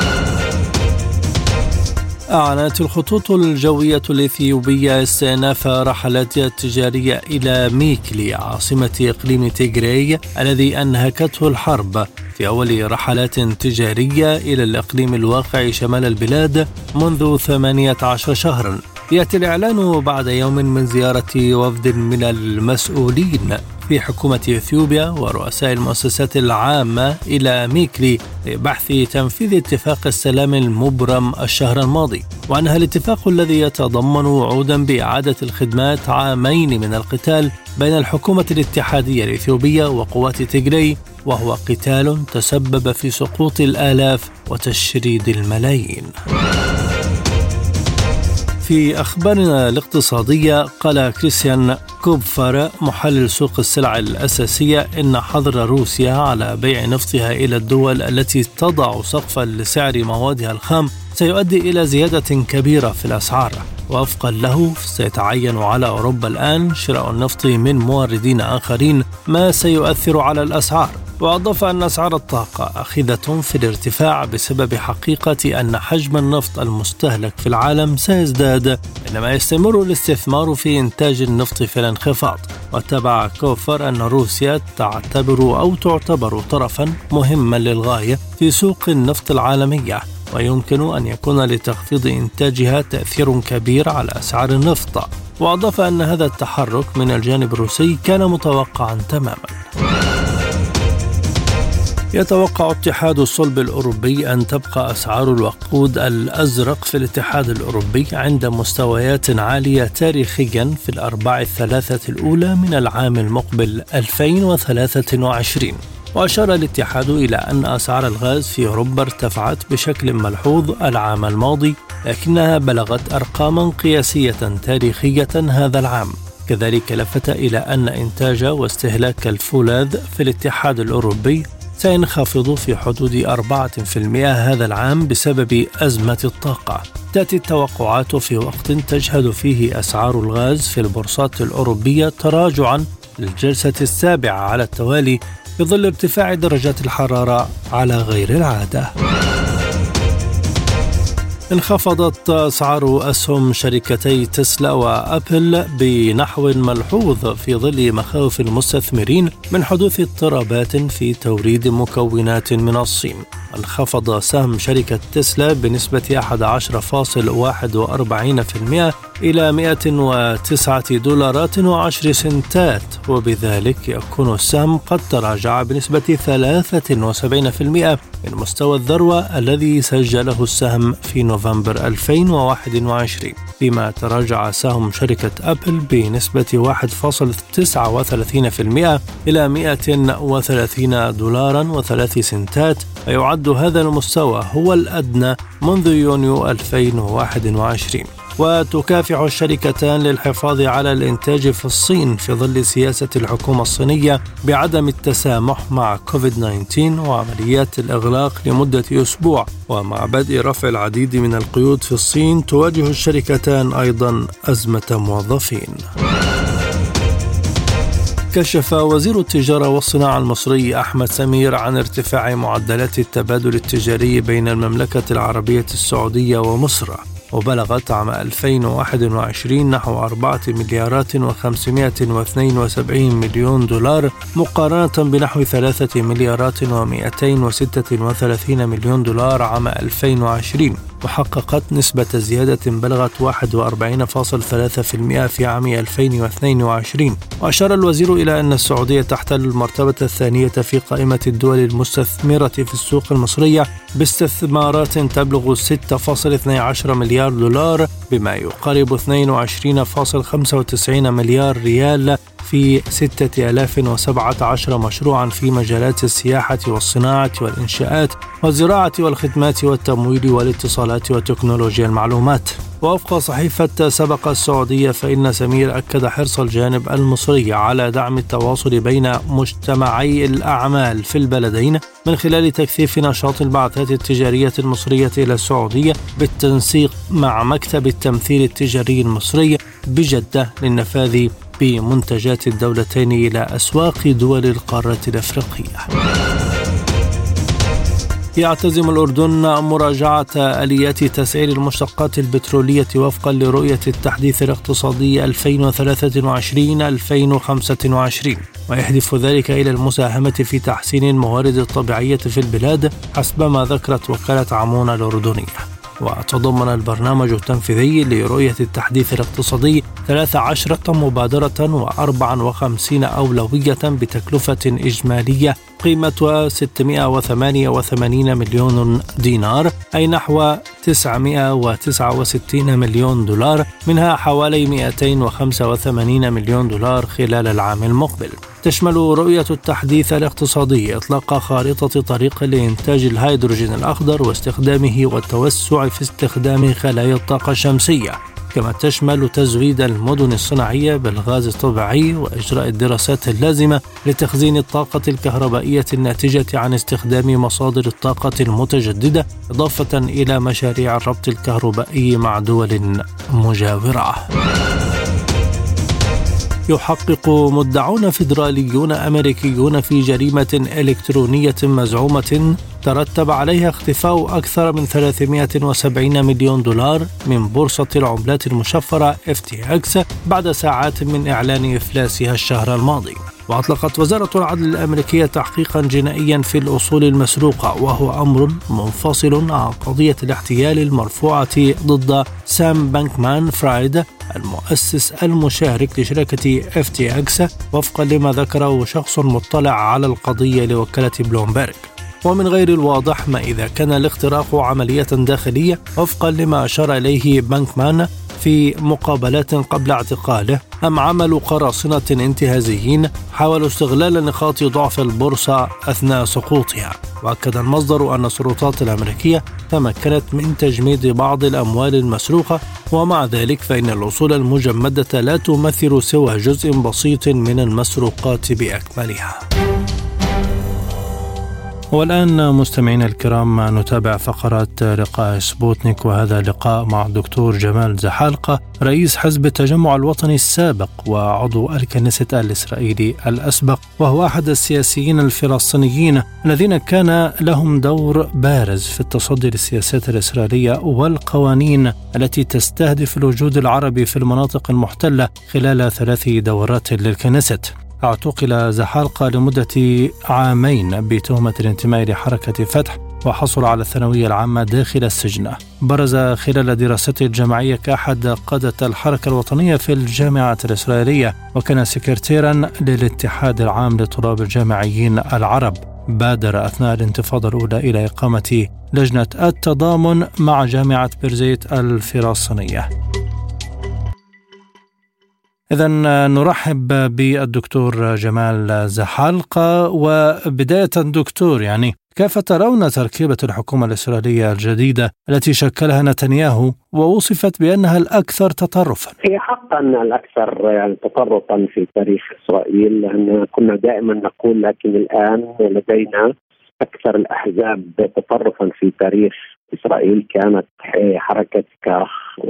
أعلنت الخطوط الجوية الإثيوبية استئناف رحلاتها التجارية إلى ميكلي عاصمة إقليم تيغراي الذي أنهكته الحرب في أول رحلات تجارية إلى الإقليم الواقع شمال البلاد منذ 18 شهرا. يأتي الإعلان بعد يوم من زيارة وفد من المسؤولين في حكومة إثيوبيا ورؤساء المؤسسات العامة إلى ميكلي لبحث تنفيذ اتفاق السلام المبرم الشهر الماضي، وأنها الاتفاق الذي يتضمن وعودا بإعادة الخدمات عامين من القتال بين الحكومة الاتحادية الإثيوبية وقوات تيغراي، وهو قتال تسبب في سقوط الآلاف وتشريد الملايين. في أخبارنا الاقتصادية، قال كريستيان كوبفر محلل سوق السلع الأساسية إن حظر روسيا على بيع نفطها إلى الدول التي تضع سقفا لسعر موادها الخام سيؤدي إلى زيادة كبيرة في الأسعار. ووفقا له سيتعين على أوروبا الآن شراء النفط من موردين آخرين، ما سيؤثر على الأسعار. وأضاف أن أسعار الطاقة أخذة في الارتفاع بسبب حقيقة أن حجم النفط المستهلك في العالم سيزداد بينما يستمر الاستثمار في إنتاج النفط في الانخفاض. واتبع كوفر أن روسيا تعتبر طرفا مهما للغاية في سوق النفط العالمية، ويمكن أن يكون لتخفيض إنتاجها تأثير كبير على أسعار النفط. وأضاف أن هذا التحرك من الجانب الروسي كان متوقعا تماما. يتوقع اتحاد الصلب الأوروبي أن تبقى أسعار الوقود الأزرق في الاتحاد الأوروبي عند مستويات عالية تاريخيا في الأرباع الثلاثة الأولى من العام المقبل 2023. وأشار الاتحاد إلى أن أسعار الغاز في أوروبا ارتفعت بشكل ملحوظ العام الماضي، لكنها بلغت أرقاما قياسية تاريخية هذا العام. كذلك لفت إلى أن إنتاج واستهلاك الفولاذ في الاتحاد الأوروبي سينخفض في حدود 4% هذا العام بسبب أزمة الطاقة. تأتي التوقعات في وقت تشهد فيه أسعار الغاز في البورصات الأوروبية تراجعا للجلسة السابعة على التوالي في ظل ارتفاع درجات الحرارة على غير العادة. انخفضت أسعار أسهم شركتي تسلا وأبل بنحو ملحوظ في ظل مخاوف المستثمرين من حدوث اضطرابات في توريد مكونات من الصين. انخفض سهم شركة تسلا بنسبة 11.41% إلى $109.10، وبذلك يكون السهم قد تراجع بنسبة 73% من مستوى الذروة الذي سجله السهم في نوفمبر 2021، فيما تراجع سهم شركة أبل بنسبة 1.39% إلى $130.03، ويعد هذا المستوى هو الأدنى منذ يونيو 2021. وتكافح الشركتان للحفاظ على الإنتاج في الصين في ظل سياسة الحكومة الصينية بعدم التسامح مع كوفيد-19 وعمليات الإغلاق لمدة أسبوع، ومع بدء رفع العديد من القيود في الصين تواجه الشركتان أيضا أزمة موظفين. كشف وزير التجارة والصناعة المصري أحمد سمير عن ارتفاع معدلات التبادل التجاري بين المملكة العربية السعودية ومصر، وبلغت عام 2021 نحو 4,572 مليون دولار مقارنة بنحو 3,236 مليون دولار عام 2020، وحققت نسبة زيادة بلغت 41.3% في عام 2022. وأشار الوزير إلى أن السعودية تحتل المرتبة الثانية في قائمة الدول المستثمرة في السوق المصرية باستثمارات تبلغ 6.12 مليار دولار، بما يقارب 22.95 مليار ريال في 6017 مشروعا في مجالات السياحة والصناعة والإنشاءات والزراعة والخدمات والتمويل والاتصالات وتكنولوجيا المعلومات. ووفق صحيفة سبق السعودية، فإن سمير أكد حرص الجانب المصري على دعم التواصل بين مجتمعي الأعمال في البلدين من خلال تكثيف نشاط البعثات التجارية المصرية إلى السعودية بالتنسيق مع مكتب التمثيل التجاري المصري بجدة للنفاذ بمنتجات الدولتين إلى أسواق دول القارة الأفريقية. يعتزم الأردن مراجعة آليات تسعير المشتقات البترولية وفقا لرؤية التحديث الاقتصادي 2023-2025، ويهدف ذلك إلى المساهمة في تحسين الموارد الطبيعية في البلاد حسب ما ذكرت وكالة عمون الأردنية. وتضمن البرنامج التنفيذي لرؤية التحديث الاقتصادي 13 مبادرة و54 أولوية بتكلفة إجمالية قيمتها 688 مليون دينار، أي نحو 969 مليون دولار، منها حوالي 285 مليون دولار خلال العام المقبل. تشمل رؤية التحديث الاقتصادي إطلاق خارطة طريق لإنتاج الهيدروجين الأخضر واستخدامه والتوسع في استخدام خلايا الطاقة الشمسية، كما تشمل تزويد المدن الصناعية بالغاز الطبيعي وإجراء الدراسات اللازمة لتخزين الطاقة الكهربائية الناتجة عن استخدام مصادر الطاقة المتجددة، إضافة إلى مشاريع الربط الكهربائي مع دول مجاورة. يحقق مدعون فيدراليون أمريكيون في جريمة إلكترونية مزعومة ترتب عليها اختفاء أكثر من 370 مليون دولار من بورصة العملات المشفرة FTX بعد ساعات من إعلان إفلاسها الشهر الماضي. وأطلقت وزارة العدل الأمريكية تحقيقا جنائيا في الأصول المسروقة، وهو أمر منفصل عن قضية الاحتيال المرفوعة ضد سام بانكمان فرايد المؤسس المشارك لشركة FTX، وفقا لما ذكره شخص مطلع على القضية لوكالة بلومبرج. ومن غير الواضح ما إذا كان الاختراق عملية داخلية وفقا لما أشار إليه بانكمان في مقابلات قبل اعتقاله، أم عمل قراصنة انتهازيين حاولوا استغلال نقاط ضعف البورصة أثناء سقوطها. وأكد المصدر أن السلطات الأمريكية تمكنت من تجميد بعض الأموال المسروقة، ومع ذلك فإن الأصول المجمدة لا تمثل سوى جزء بسيط من المسروقات بأكملها. والآن مستمعينا الكرام نتابع فقرات لقاء سبوتنيك، وهذا لقاء مع الدكتور جمال زحالقة رئيس حزب التجمع الوطني السابق وعضو الكنيست الإسرائيلي الأسبق، وهو أحد السياسيين الفلسطينيين الذين كان لهم دور بارز في التصدي للسياسات الإسرائيلية والقوانين التي تستهدف الوجود العربي في المناطق المحتلة خلال 3 دورات للكنيست. اعتقل زحالقة لمدة 2 عامين بتهمة الانتماء لحركة فتح، وحصل على الثانوية العامة داخل السجن. برز خلال دراسته الجامعية كأحد قادة الحركة الوطنية في الجامعة الإسرائيلية، وكان سكرتيرا للاتحاد العام لطلاب الجامعيين العرب. بادر أثناء الانتفاضة الأولى إلى إقامة لجنة التضامن مع جامعة بيرزيت الفلسطينية. إذن نرحب بالدكتور جمال زحالقة. وبداية دكتور، كيف ترون تركيبة الحكومة الإسرائيلية الجديدة التي شكلها نتنياهو ووصفت بأنها الأكثر تطرفا؟ هي حقا الأكثر تطرفا في تاريخ إسرائيل، لأن كنا دائما نقول لكن الآن لدينا أكثر الأحزاب تطرفا في تاريخ إسرائيل. كانت حركة كاخ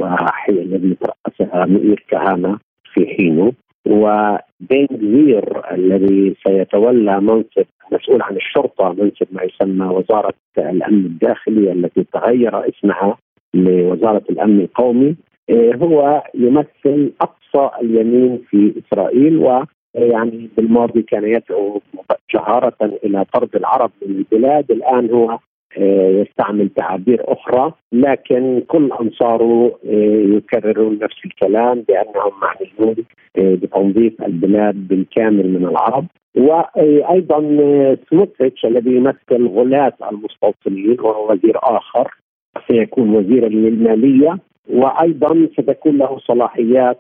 الذي ترأسها مئير كهانة في حينه، وبين غفير الذي سيتولى منصب مسؤول عن الشرطة، منصب ما يسمى وزارة الأمن الداخلي التي تغير اسمها لوزارة الأمن القومي. هو يمثل أقصى اليمين في إسرائيل، ويعني بالماضي كان يدعو جهارة إلى طرد العرب من البلاد. الآن هو يستعمل تعابير أخرى، لكن كل أنصاره يكررون نفس الكلام بأنهم معنيون بتنظيف البلاد بالكامل من العرب. وأيضا سموتريتش الذي يمثل غلاة المستوطنين وهو وزير آخر سيكون وزيرا للمالية، وأيضا ستكون له صلاحيات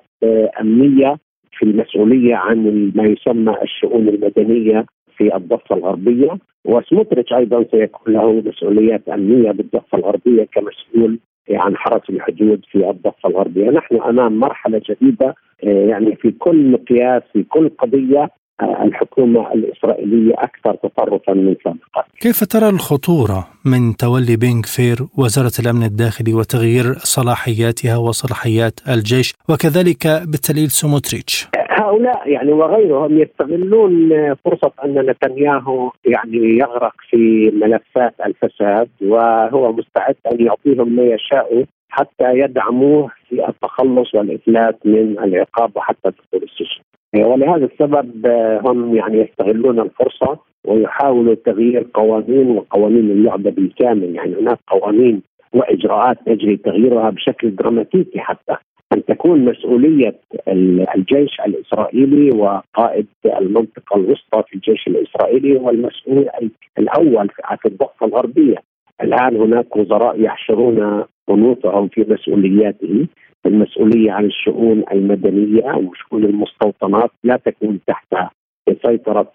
أمنية في المسؤولية عن ما يسمى الشؤون المدنية في الضفة الغربية. وسموتريتش أيضا سيكون له مسؤوليات أمنية بالضفة الغربية كمسؤول عن حرس الحدود في الضفة الغربية. نحن أمام مرحلة جديدة في كل مقياس، في كل قضية الحكومة الإسرائيلية أكثر تطرفا من سابقا. كيف ترى الخطورة من تولي بن غفير وزارة الأمن الداخلي وتغيير صلاحياتها وصلاحيات الجيش، وكذلك بالتالي سموتريتش؟ هؤلاء وغيرهم يستغلون فرصة أن نتنياهو يغرق في ملفات الفساد، وهو مستعد أن يعطيهم ما يشاء حتى يدعموه في التخلص والإفلات من العقاب وحتى دخول السجن. ولهذا السبب هم يستغلون الفرصة ويحاولوا تغيير قوانين وقوانين اللعبة بالكامل. هناك قوانين وإجراءات يجري تغييرها بشكل دراماتيكي، حتى أن تكون مسؤولية الجيش الإسرائيلي وقائد المنطقة الوسطى في الجيش الإسرائيلي هو المسؤول الأول في الضفة الغربية. الآن هناك وزراء يحشرون منوطهم في مسؤولياته. المسؤولية عن الشؤون المدنية وشؤون المستوطنات لا تكون تحت سيطرة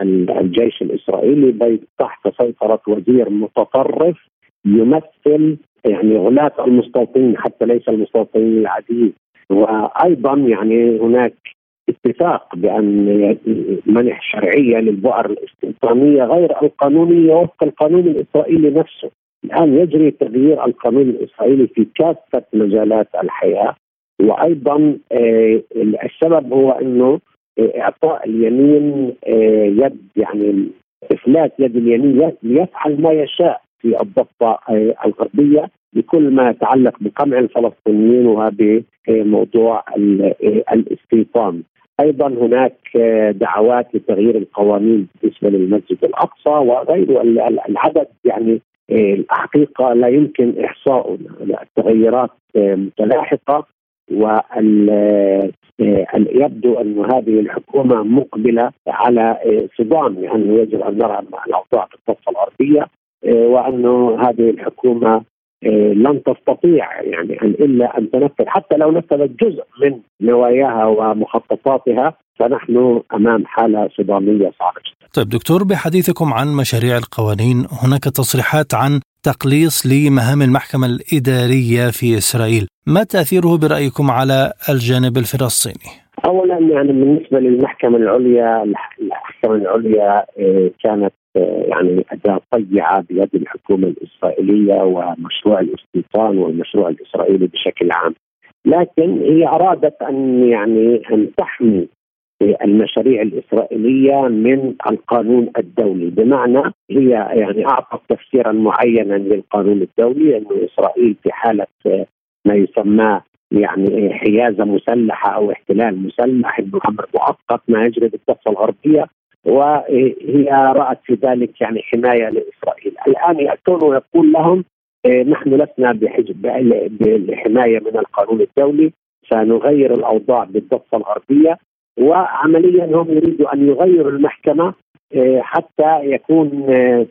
الجيش الإسرائيلي، بل تحت سيطرة وزير متطرف يمثل غلاة المستوطنين حتى ليس المستوطنين العاديين. وأيضا هناك اتفاق بأن منح شرعية للبؤر الاستيطانية غير القانونية وفق القانون الإسرائيلي نفسه. الآن يجري تغيير القانون الإسرائيلي في كافة مجالات الحياة. وأيضا السبب هو أنه إعطاء اليمين يد إفلات يد اليمين ليفعل ما يشاء في الضفة الغربية بكل ما يتعلق بقمع الفلسطينيين وبموضوع الاستيطان. أيضا هناك دعوات لتغيير القوانين بالنسبة للمسجد الأقصى وغيره. العدد الحقيقة لا يمكن إحصاؤه. التغيرات متلاحقة، ويبدو أن هذه الحكومة مقبلة على صدام. يجب أن نرى الأوضاع في الضفة الغربية، وأنه هذه الحكومة لن تستطيع إلا أن تنفذ، حتى لو نفذت جزء من نواياها ومخططاتها فنحن أمام حالة صدامية صعبة. طيب دكتور، بحديثكم عن مشاريع القوانين، هناك تصريحات عن تقليص لمهام المحكمة الإدارية في إسرائيل، ما تأثيره برأيكم على الجانب الفلسطيني؟ أولا بالنسبة للمحكمة العليا، المحكمة العليا كانت يعني أداة طيعة بيد الحكومة الإسرائيلية ومشروع الاستيطان والمشروع الإسرائيلي بشكل عام، لكن هي أرادت أن تحمي المشاريع الإسرائيلية من القانون الدولي، بمعنى هي أعطت تفسيرا معينا للقانون الدولي أنه إسرائيل في حالة ما يسمى حيازة مسلحة أو احتلال مسلح، إنه أمر مؤقت ما يجري بالضفة الغربية، وهي رأت في ذلك حماية لإسرائيل. الآن يأتون ويقول لهم نحن لسنا بالحماية من القانون الدولي، سنغير الأوضاع بالضفة الغربييه، وعمليا هم يريدوا أن يغيروا المحكمة حتى يكون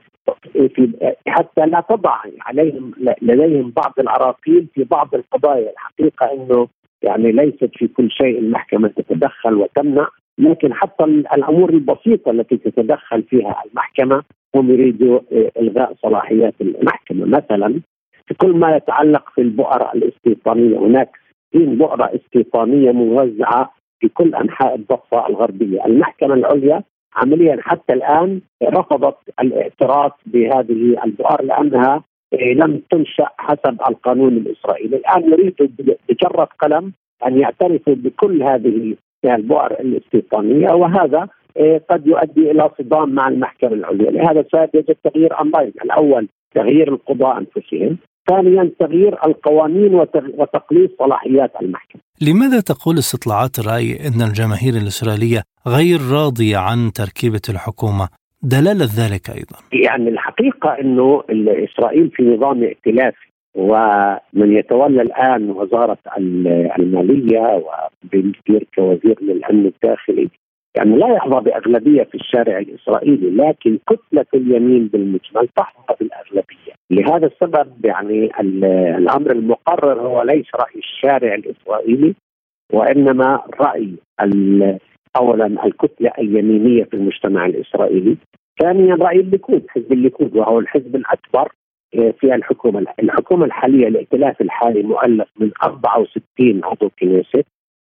حتى لا تضع لديهم بعض العراقيل في بعض القضايا. الحقيقة أنه ليست في كل شيء المحكمة تتدخل وتمنع، لكن حتى الأمور البسيطة التي تتدخل فيها المحكمة هم يريدوا إلغاء صلاحيات المحكمة. مثلا في كل ما يتعلق في البؤر الاستيطانية، هناك 60 بؤرة استيطانية موزعة في كل أنحاء الضفة الغربية. المحكمة العليا عمليا حتى الآن رفضت الاعتراف بهذه البؤر لأنها لم تنشأ حسب القانون الإسرائيلي. الآن يريدوا بجرة قلم أن يعترفوا بكل هذه البؤر الاستيطانية، وهذا قد يؤدي إلى صدام مع المحكمة العليا. لهذا سيجب تغيير أمرين: الأول تغيير القضاء أنفسهم، ثانيا تغيير القوانين وتقليص صلاحيات المحكمة. لماذا تقول استطلاعات الرأي أن الجماهير الإسرائيلية غير راضية عن تركيبة الحكومة؟ دلالة ذلك أيضا الحقيقة أنه إسرائيل في نظام ائتلافي، ومن يتولى الآن وزارة المالية وبنكير كوزير للأمن الداخلي لا يحظى بأغلبية في الشارع الإسرائيلي، لكن كتلة اليمين بالمجمل تحظى بالأغلبية. لهذا السبب الأمر المقرر هو ليس رأي الشارع الإسرائيلي، وإنما رأي أولا الكتلة اليمينية في المجتمع الإسرائيلي، ثانيا رأي الليكود، حزب الليكود، وهو الحزب الأكبر في الحكومة الحالية. الائتلاف الحالي مؤلف من 64 عضو كنيست،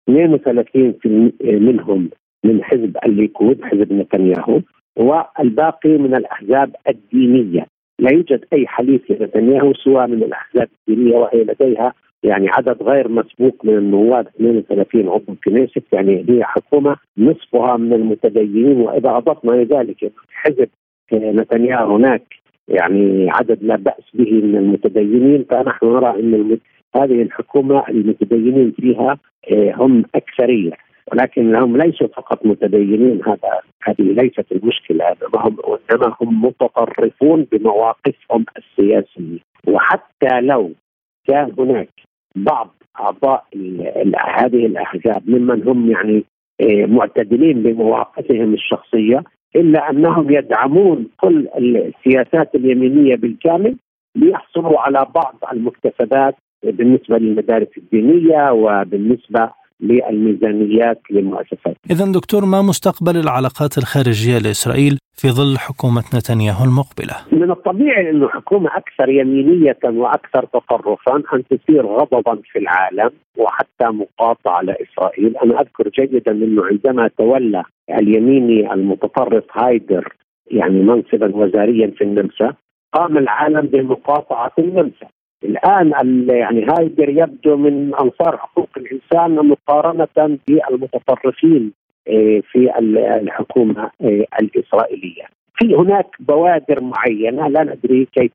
32 منهم من حزب الليكود حزب نتنياهو، والباقي من الأحزاب الدينية. لا يوجد أي حليف لنتنياهو سوى من الأحزاب الدينية، وهي لديها عدد غير مسبوق من النواب، 32 عضو كنيست، هي حكومة نصفها من المتدينين. وإذا أضفنا لذلك حزب نتنياهو هناك عدد لا بأس به من المتدينين، فنحن نرى أن هذه الحكومة المتدينين فيها هم أكثرية، ولكن هم ليسوا فقط متدينين، هذه ليست المشكلة، وإنما هم متطرفون بمواقفهم السياسية. وحتى لو كان هناك بعض أعضاء هذه الأحزاب ممن هم معتدلين بمواقفهم الشخصية، إلا أنهم يدعمون كل السياسات اليمينية بالكامل ليحصلوا على بعض المكتسبات بالنسبة للمدارس الدينية وبالنسبة للميزانيات للمؤسسات. إذن دكتور، ما مستقبل العلاقات الخارجية لإسرائيل في ظل حكومة نتنياهو المقبلة؟ من الطبيعي أن حكومة أكثر يمينية وأكثر تطرفا أن تثير غضبا في العالم وحتى مقاطعة لإسرائيل. أنا أذكر جيدا أنه عندما تولى اليميني المتطرف هايدر منصبا وزاريا في النمسا، قام العالم بمقاطعة النمسا. الآن هايدر يبدو من أنصار حقوق الإنسان مقارنة بالمتطرفين في الحكومة الإسرائيلية. في هناك بوادر معينة لا ندري كيف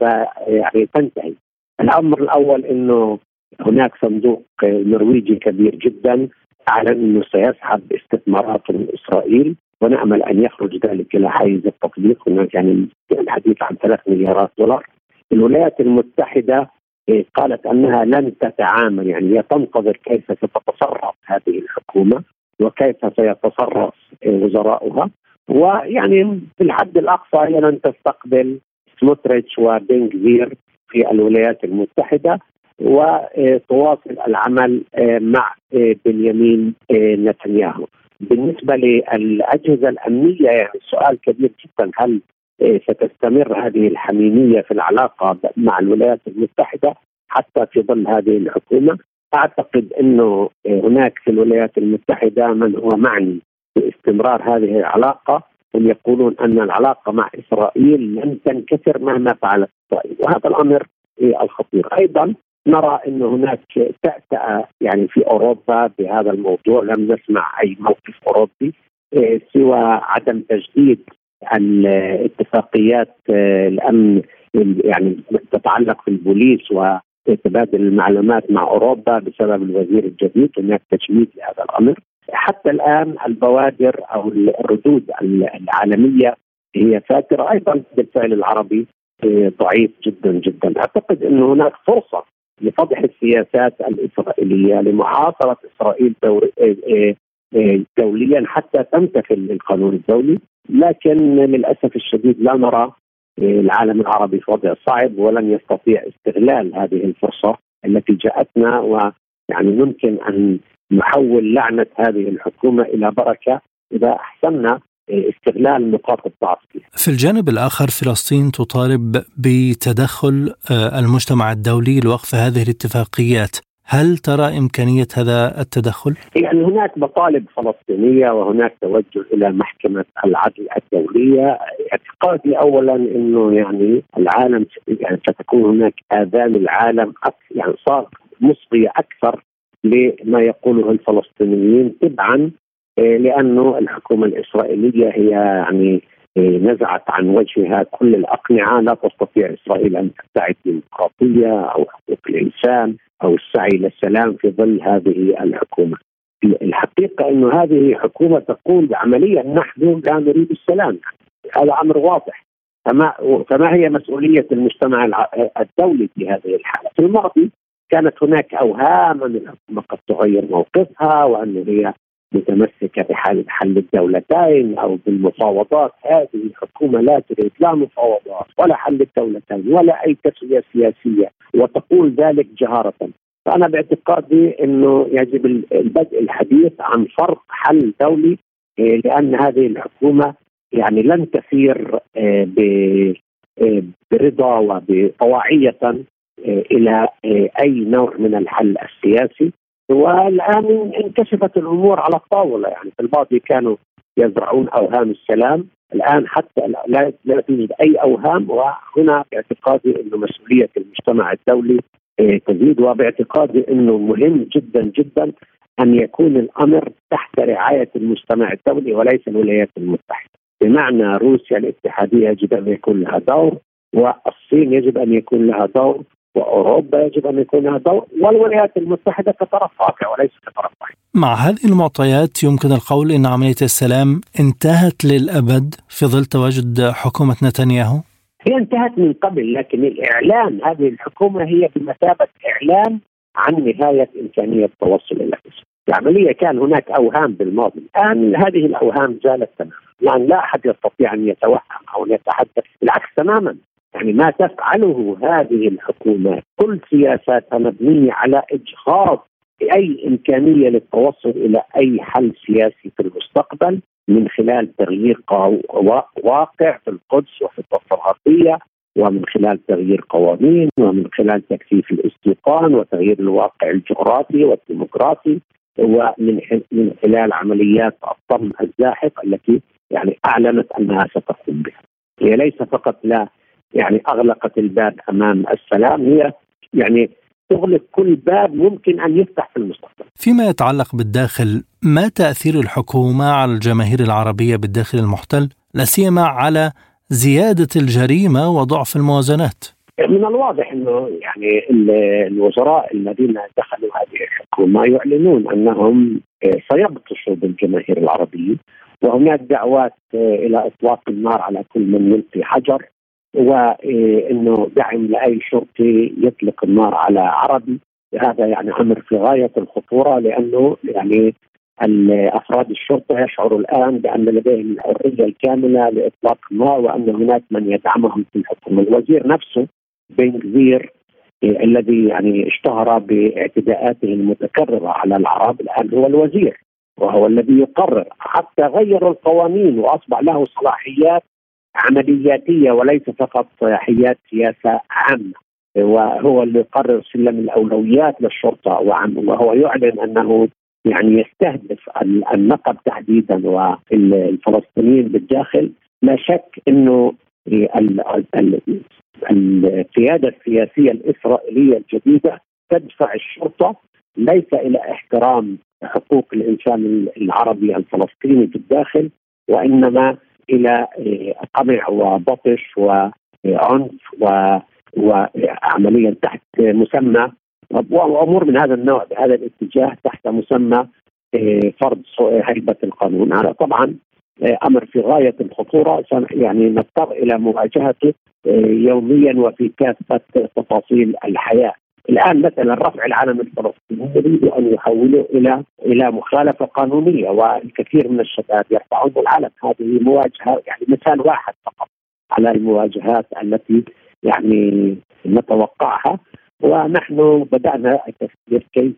تنتهي. الأمر الأول أنه هناك صندوق نرويجي كبير جدا أعلن أنه سيسحب استثمارات من إسرائيل، ونأمل أن يخرج ذلك إلى حيز التطبيق. هناك الحديث عن 3 مليارات دولار. الولايات المتحدة قالت أنها لن تتعامل، هي تنتظر كيف ستتصرف هذه الحكومة وكيف سيتصرف وزراؤها، في الحد الأقصى هي لن تستقبل سموتريتش وبن-غفير في الولايات المتحدة، وتواصل العمل مع بنيامين نتنياهو. بالنسبة للأجهزة الأمنية سؤال كبير جدا: هل ستستمر هذه الحميمية في العلاقة مع الولايات المتحدة حتى في ظل هذه الحكومة؟ أعتقد أنه هناك في الولايات المتحدة من هو معني باستمرار هذه العلاقة، هم يقولون أن العلاقة مع إسرائيل لن تنكسر مهما فعلت إسرائيل، وهذا الأمر الخطير. أيضا نرى أن هناك تأتأة يعني في أوروبا بهذا الموضوع، لم نسمع أي موقف أوروبي سوى عدم تجديد الاتفاقيات الأمن يعني تتعلق بالبوليس وتبادل المعلومات مع أوروبا بسبب الوزير الجديد. هناك تجميد لهذا الأمر. حتى الآن البوادر أو الردود العالمية هي فاترة. أيضا بالفعل العربي ضعيف جدا جدا. أعتقد أن هناك فرصة لفضح السياسات الإسرائيلية لمعاصرة إسرائيل دوليا حتى تمتثل للقانون الدولي، لكن للأسف الشديد لا نرى العالم العربي في وضع صعب ولن يستطيع استغلال هذه الفرصة التي جاءتنا، ويعني ممكن أن نحول لعنة هذه الحكومة إلى بركة إذا أحسننا استغلال نقاط الضعف فيها. في الجانب الآخر فلسطين تطالب بتدخل المجتمع الدولي لوقف هذه الاتفاقيات. هل ترى إمكانية هذا التدخل؟ يعني هناك مطالب فلسطينية وهناك توجه إلى محكمة العدل الدولية. اعتقادي أولا أنه يعني العالم يعني ستكون هناك آذان العالم يعني صار مصغية أكثر لما يقوله الفلسطينيين تبعا، لأنه الحكومة الإسرائيلية هي يعني نزعت عن وجهها كل الأقنعة. لا تستطيع إسرائيل أن تبتعد ديمقراطية أو حقوق الإنسان أو السعي للسلام في ظل هذه الحكومة. الحقيقة أنه هذه حكومة تقول عمليا نحن لا نريد السلام. هذا أمر واضح. فما هي مسؤولية المجتمع الدولي في هذه الحالة؟ في الماضي كانت هناك أوهام أن الحكومة قد تغير موقفها وأن هي متمسكة بحل الدولتين أو بالمفاوضات. هذه الحكومة لا تريد لا مفاوضات ولا حل الدولتين ولا أي تسوية سياسية، وتقول ذلك جهارة. فأنا باعتقادي أنه يجب البدء الحديث عن فرض حل دولي، لأن هذه الحكومة يعني لن تسير برضا وبطواعية إلى أي نوع من الحل السياسي. والآن انكشفت الأمور على الطاولة. يعني في الماضي كانوا يزرعون أوهام السلام، الآن حتى لا توجد أي أوهام. وهنا باعتقادي أنه مسؤولية المجتمع الدولي تزيد، وباعتقادي أنه مهم جدا جدا أن يكون الأمر تحت رعاية المجتمع الدولي وليس الولايات المتحدة. بمعنى روسيا الاتحادية يجب أن يكون لها دور، والصين يجب أن يكون لها دور، وأوروبا يجب أن يكون لها دور، والولايات المتحدة كطرف واقع وليس كطرف واحد. مع هذه المعطيات يمكن القول أن عملية السلام انتهت للأبد في ظل تواجد حكومة نتنياهو؟ هي انتهت من قبل، لكن الإعلان هذه الحكومة هي بمثابة إعلان عن نهاية إمكانية التوصل إلى الإسلام. العملية كان هناك أوهام بالماضي، الآن هذه الأوهام زالت تماما. يعني لا أحد يستطيع أن يتوهم أو يتحدث، بالعكس تماما. يعني ما تفعله هذه الحكومة كل سياساتها مبنية على إجهاض أي إمكانية للتوصل إلى أي حل سياسي في المستقبل من خلال تغيير واقع في القدس وفي الضفة الغربية، ومن خلال تغيير قوانين، ومن خلال تكثيف الاستيطان وتغيير الواقع الجغرافي والديمقراطي، ومن خلال عمليات الطم الزاحف التي يعني أعلنت أنها ستقوم بها. هي ليس فقط لا يعني أغلقت الباب أمام السلام، هي يعني تغلق كل باب ممكن أن يفتح في المستقبل. فيما يتعلق بالداخل، ما تأثير الحكومة على الجماهير العربية بالداخل المحتل، لا سيما على زيادة الجريمة وضعف الموازنات؟ من الواضح أنه يعني الوزراء الذين دخلوا هذه الحكومة يعلنون أنهم سيبطشوا بالجماهير العربية، وهناك دعوات إلى إطلاق النار على كل من يلقي حجر، وإنه دعم لأي شرطي يطلق النار على عربي. هذا يعني أمر في غاية الخطورة، لأنه يعني أفراد الشرطة يشعروا الآن بأن لديهم الحرية الكاملة لإطلاق النار، وأن هناك من يدعمهم في الحكومة. الوزير نفسه بن غفير الذي يعني اشتهر باعتداءاته المتكررة على العرب الآن هو الوزير، وهو الذي يقرر. حتى غيروا القوانين وأصبح له صلاحيات عملياتية وليس فقط صلاحيات سياسة عامة، وهو اللي يقرر سلم الأولويات للشرطة، وهو يعلن أنه يعني يستهدف النقب تحديدا والفلسطينيين بالداخل، لا شك أنه القيادة السياسية الإسرائيلية الجديدة تدفع الشرطة ليس إلى احترام حقوق الإنسان العربي الفلسطيني في الداخل، وإنما إلى قمع وبطش وعنف وعمليا تحت مسمى وأمور من هذا النوع بهذا الاتجاه تحت مسمى فرض هيبة القانون. هذا طبعا أمر في غاية الخطورة، يعني نضطر إلى مواجهته يوميا وفي كافة تفاصيل الحياة. الآن مثلا رفع العلم الفلسطيني يريد أن يحوله إلى مخالفة قانونية، والكثير من الشباب يرفعون العلم. هذه مواجهة، يعني مثال واحد فقط على المواجهات التي يعني نتوقعها، ونحن بدأنا التفكير كيف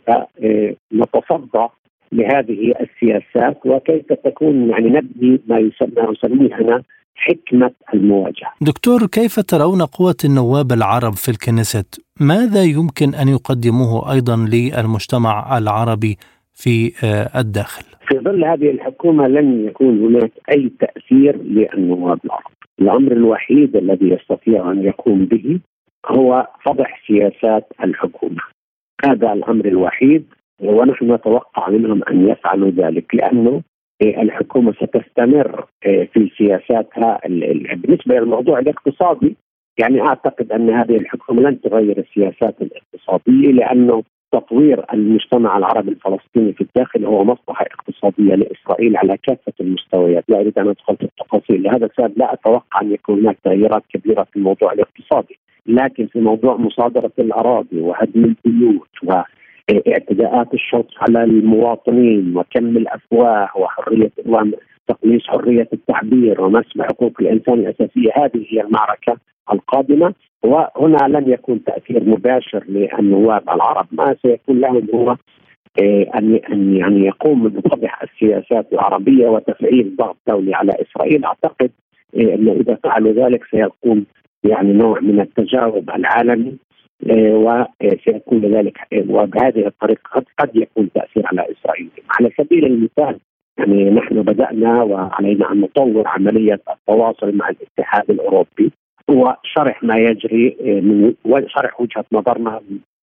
نتصدى لهذه السياسات وكيف تكون يعني نبني ما نسميه هنا حكمة المواجهة. دكتور، كيف ترون قوة النواب العرب في الكنيست؟ ماذا يمكن أن يقدموه أيضا للمجتمع العربي في الداخل؟ في ظل هذه الحكومة لن يكون هناك أي تأثير للنواب العرب. الأمر الوحيد الذي يستطيع أن يقوم به هو فضح سياسات الحكومة. هذا الأمر الوحيد، ونحن نتوقع منهم أن يفعلوا ذلك، لأنه الحكومة ستستمر في سياساتها. بالنسبة للموضوع الاقتصادي، يعني أعتقد أن هذه الحكومة لن تغير السياسات الاقتصادية، لأنه تطوير المجتمع العربي الفلسطيني في الداخل هو مصلحة اقتصادية لإسرائيل على كافة المستويات. لا أريد أن أدخل في التفاصيل، لهذا السبب لا أتوقع أن يكون هناك تغييرات كبيرة في الموضوع الاقتصادي، لكن في موضوع مصادرة الأراضي وهدم البيوت واعتداءات الشرطة على المواطنين وكم الأفواه وحرية تقليص حرية التعبير ومسح حقوق الإنسان الأساسية، هذه هي المعركة القادمة. وهنا لن يكون تأثير مباشر للنواب العرب، ما سيكون لهم هو أن يعني يقوم بفضح السياسات العربية وتفعيل ضغط دولي على إسرائيل. أعتقد أنه إذا فعلوا ذلك سيكون يعني نوع من التجاوب العالمي، وسيكون ذلك وبهذه الطريقة قد يكون تأثير على إسرائيل. على سبيل المثال، يعني نحن بدأنا وعلينا أن نطور عملية التواصل مع الاتحاد الأوروبي وشرح ما يجري وشرح وجهة نظرنا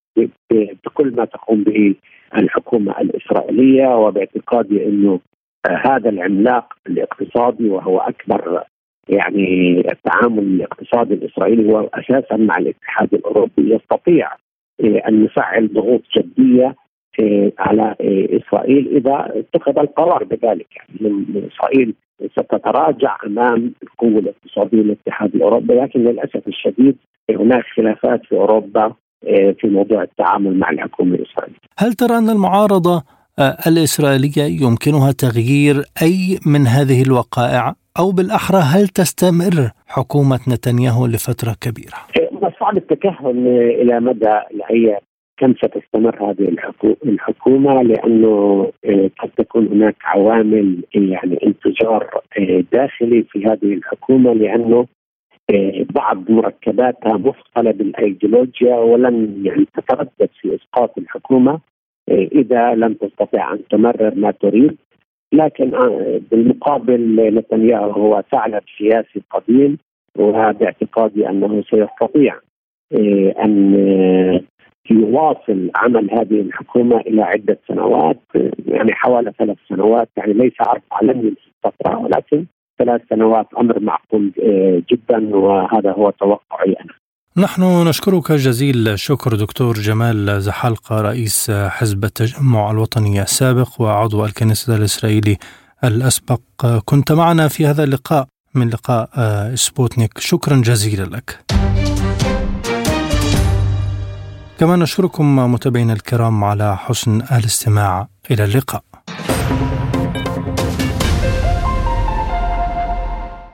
بكل ما تقوم به الحكومة الإسرائيلية، وباعتقادي أنه هذا العملاق الاقتصادي وهو أكبر يعني التعامل الاقتصادي الإسرائيلي هو أساسا مع الاتحاد الأوروبي، يستطيع أن يفعل ضغوط جدية على إسرائيل إذا اتخذ القرار بذلك. يعني إسرائيل ستتراجع أمام القوة الاقتصادية للاتحاد الأوروبي، لكن للأسف الشديد هناك خلافات في أوروبا في موضوع التعامل مع الحكومة الإسرائيلية. هل ترى أن المعارضة الإسرائيلية يمكنها تغيير أي من هذه الوقائع، أو بالأحرى هل تستمر حكومة نتنياهو لفترة كبيرة؟ صعب التكهن إلى مدى الأيام كم ستستمر هذه الحكومة، لأنه قد تكون هناك عوامل يعني انفجار داخلي في هذه الحكومة، لأنه بعض مركباتها مثقلة بالأيديولوجيا ولن يعني تتردد في إسقاط الحكومة إذا لم تستطيع أن تمرر ما تريد. لكن بالمقابل نتنياهو هو ثعلب سياسي قديم، وباعتقادي أنه سيستطيع أن يواصل عمل هذه الحكومة إلى عدة سنوات، يعني حوالي 3 سنوات، يعني ليس 4 لن يمسك فترة، ولكن 3 سنوات أمر معقول جدا، وهذا هو توقعي أنا. نحن نشكرك جزيل الشكر دكتور جمال زحلقة، رئيس حزب التجمع الوطني السابق وعضو الكنيست الإسرائيلي الأسبق. كنت معنا في هذا اللقاء من لقاء سبوتنيك، شكرا جزيلا لك. كما نشكركم متابعينا الكرام على حسن الاستماع. إلى اللقاء.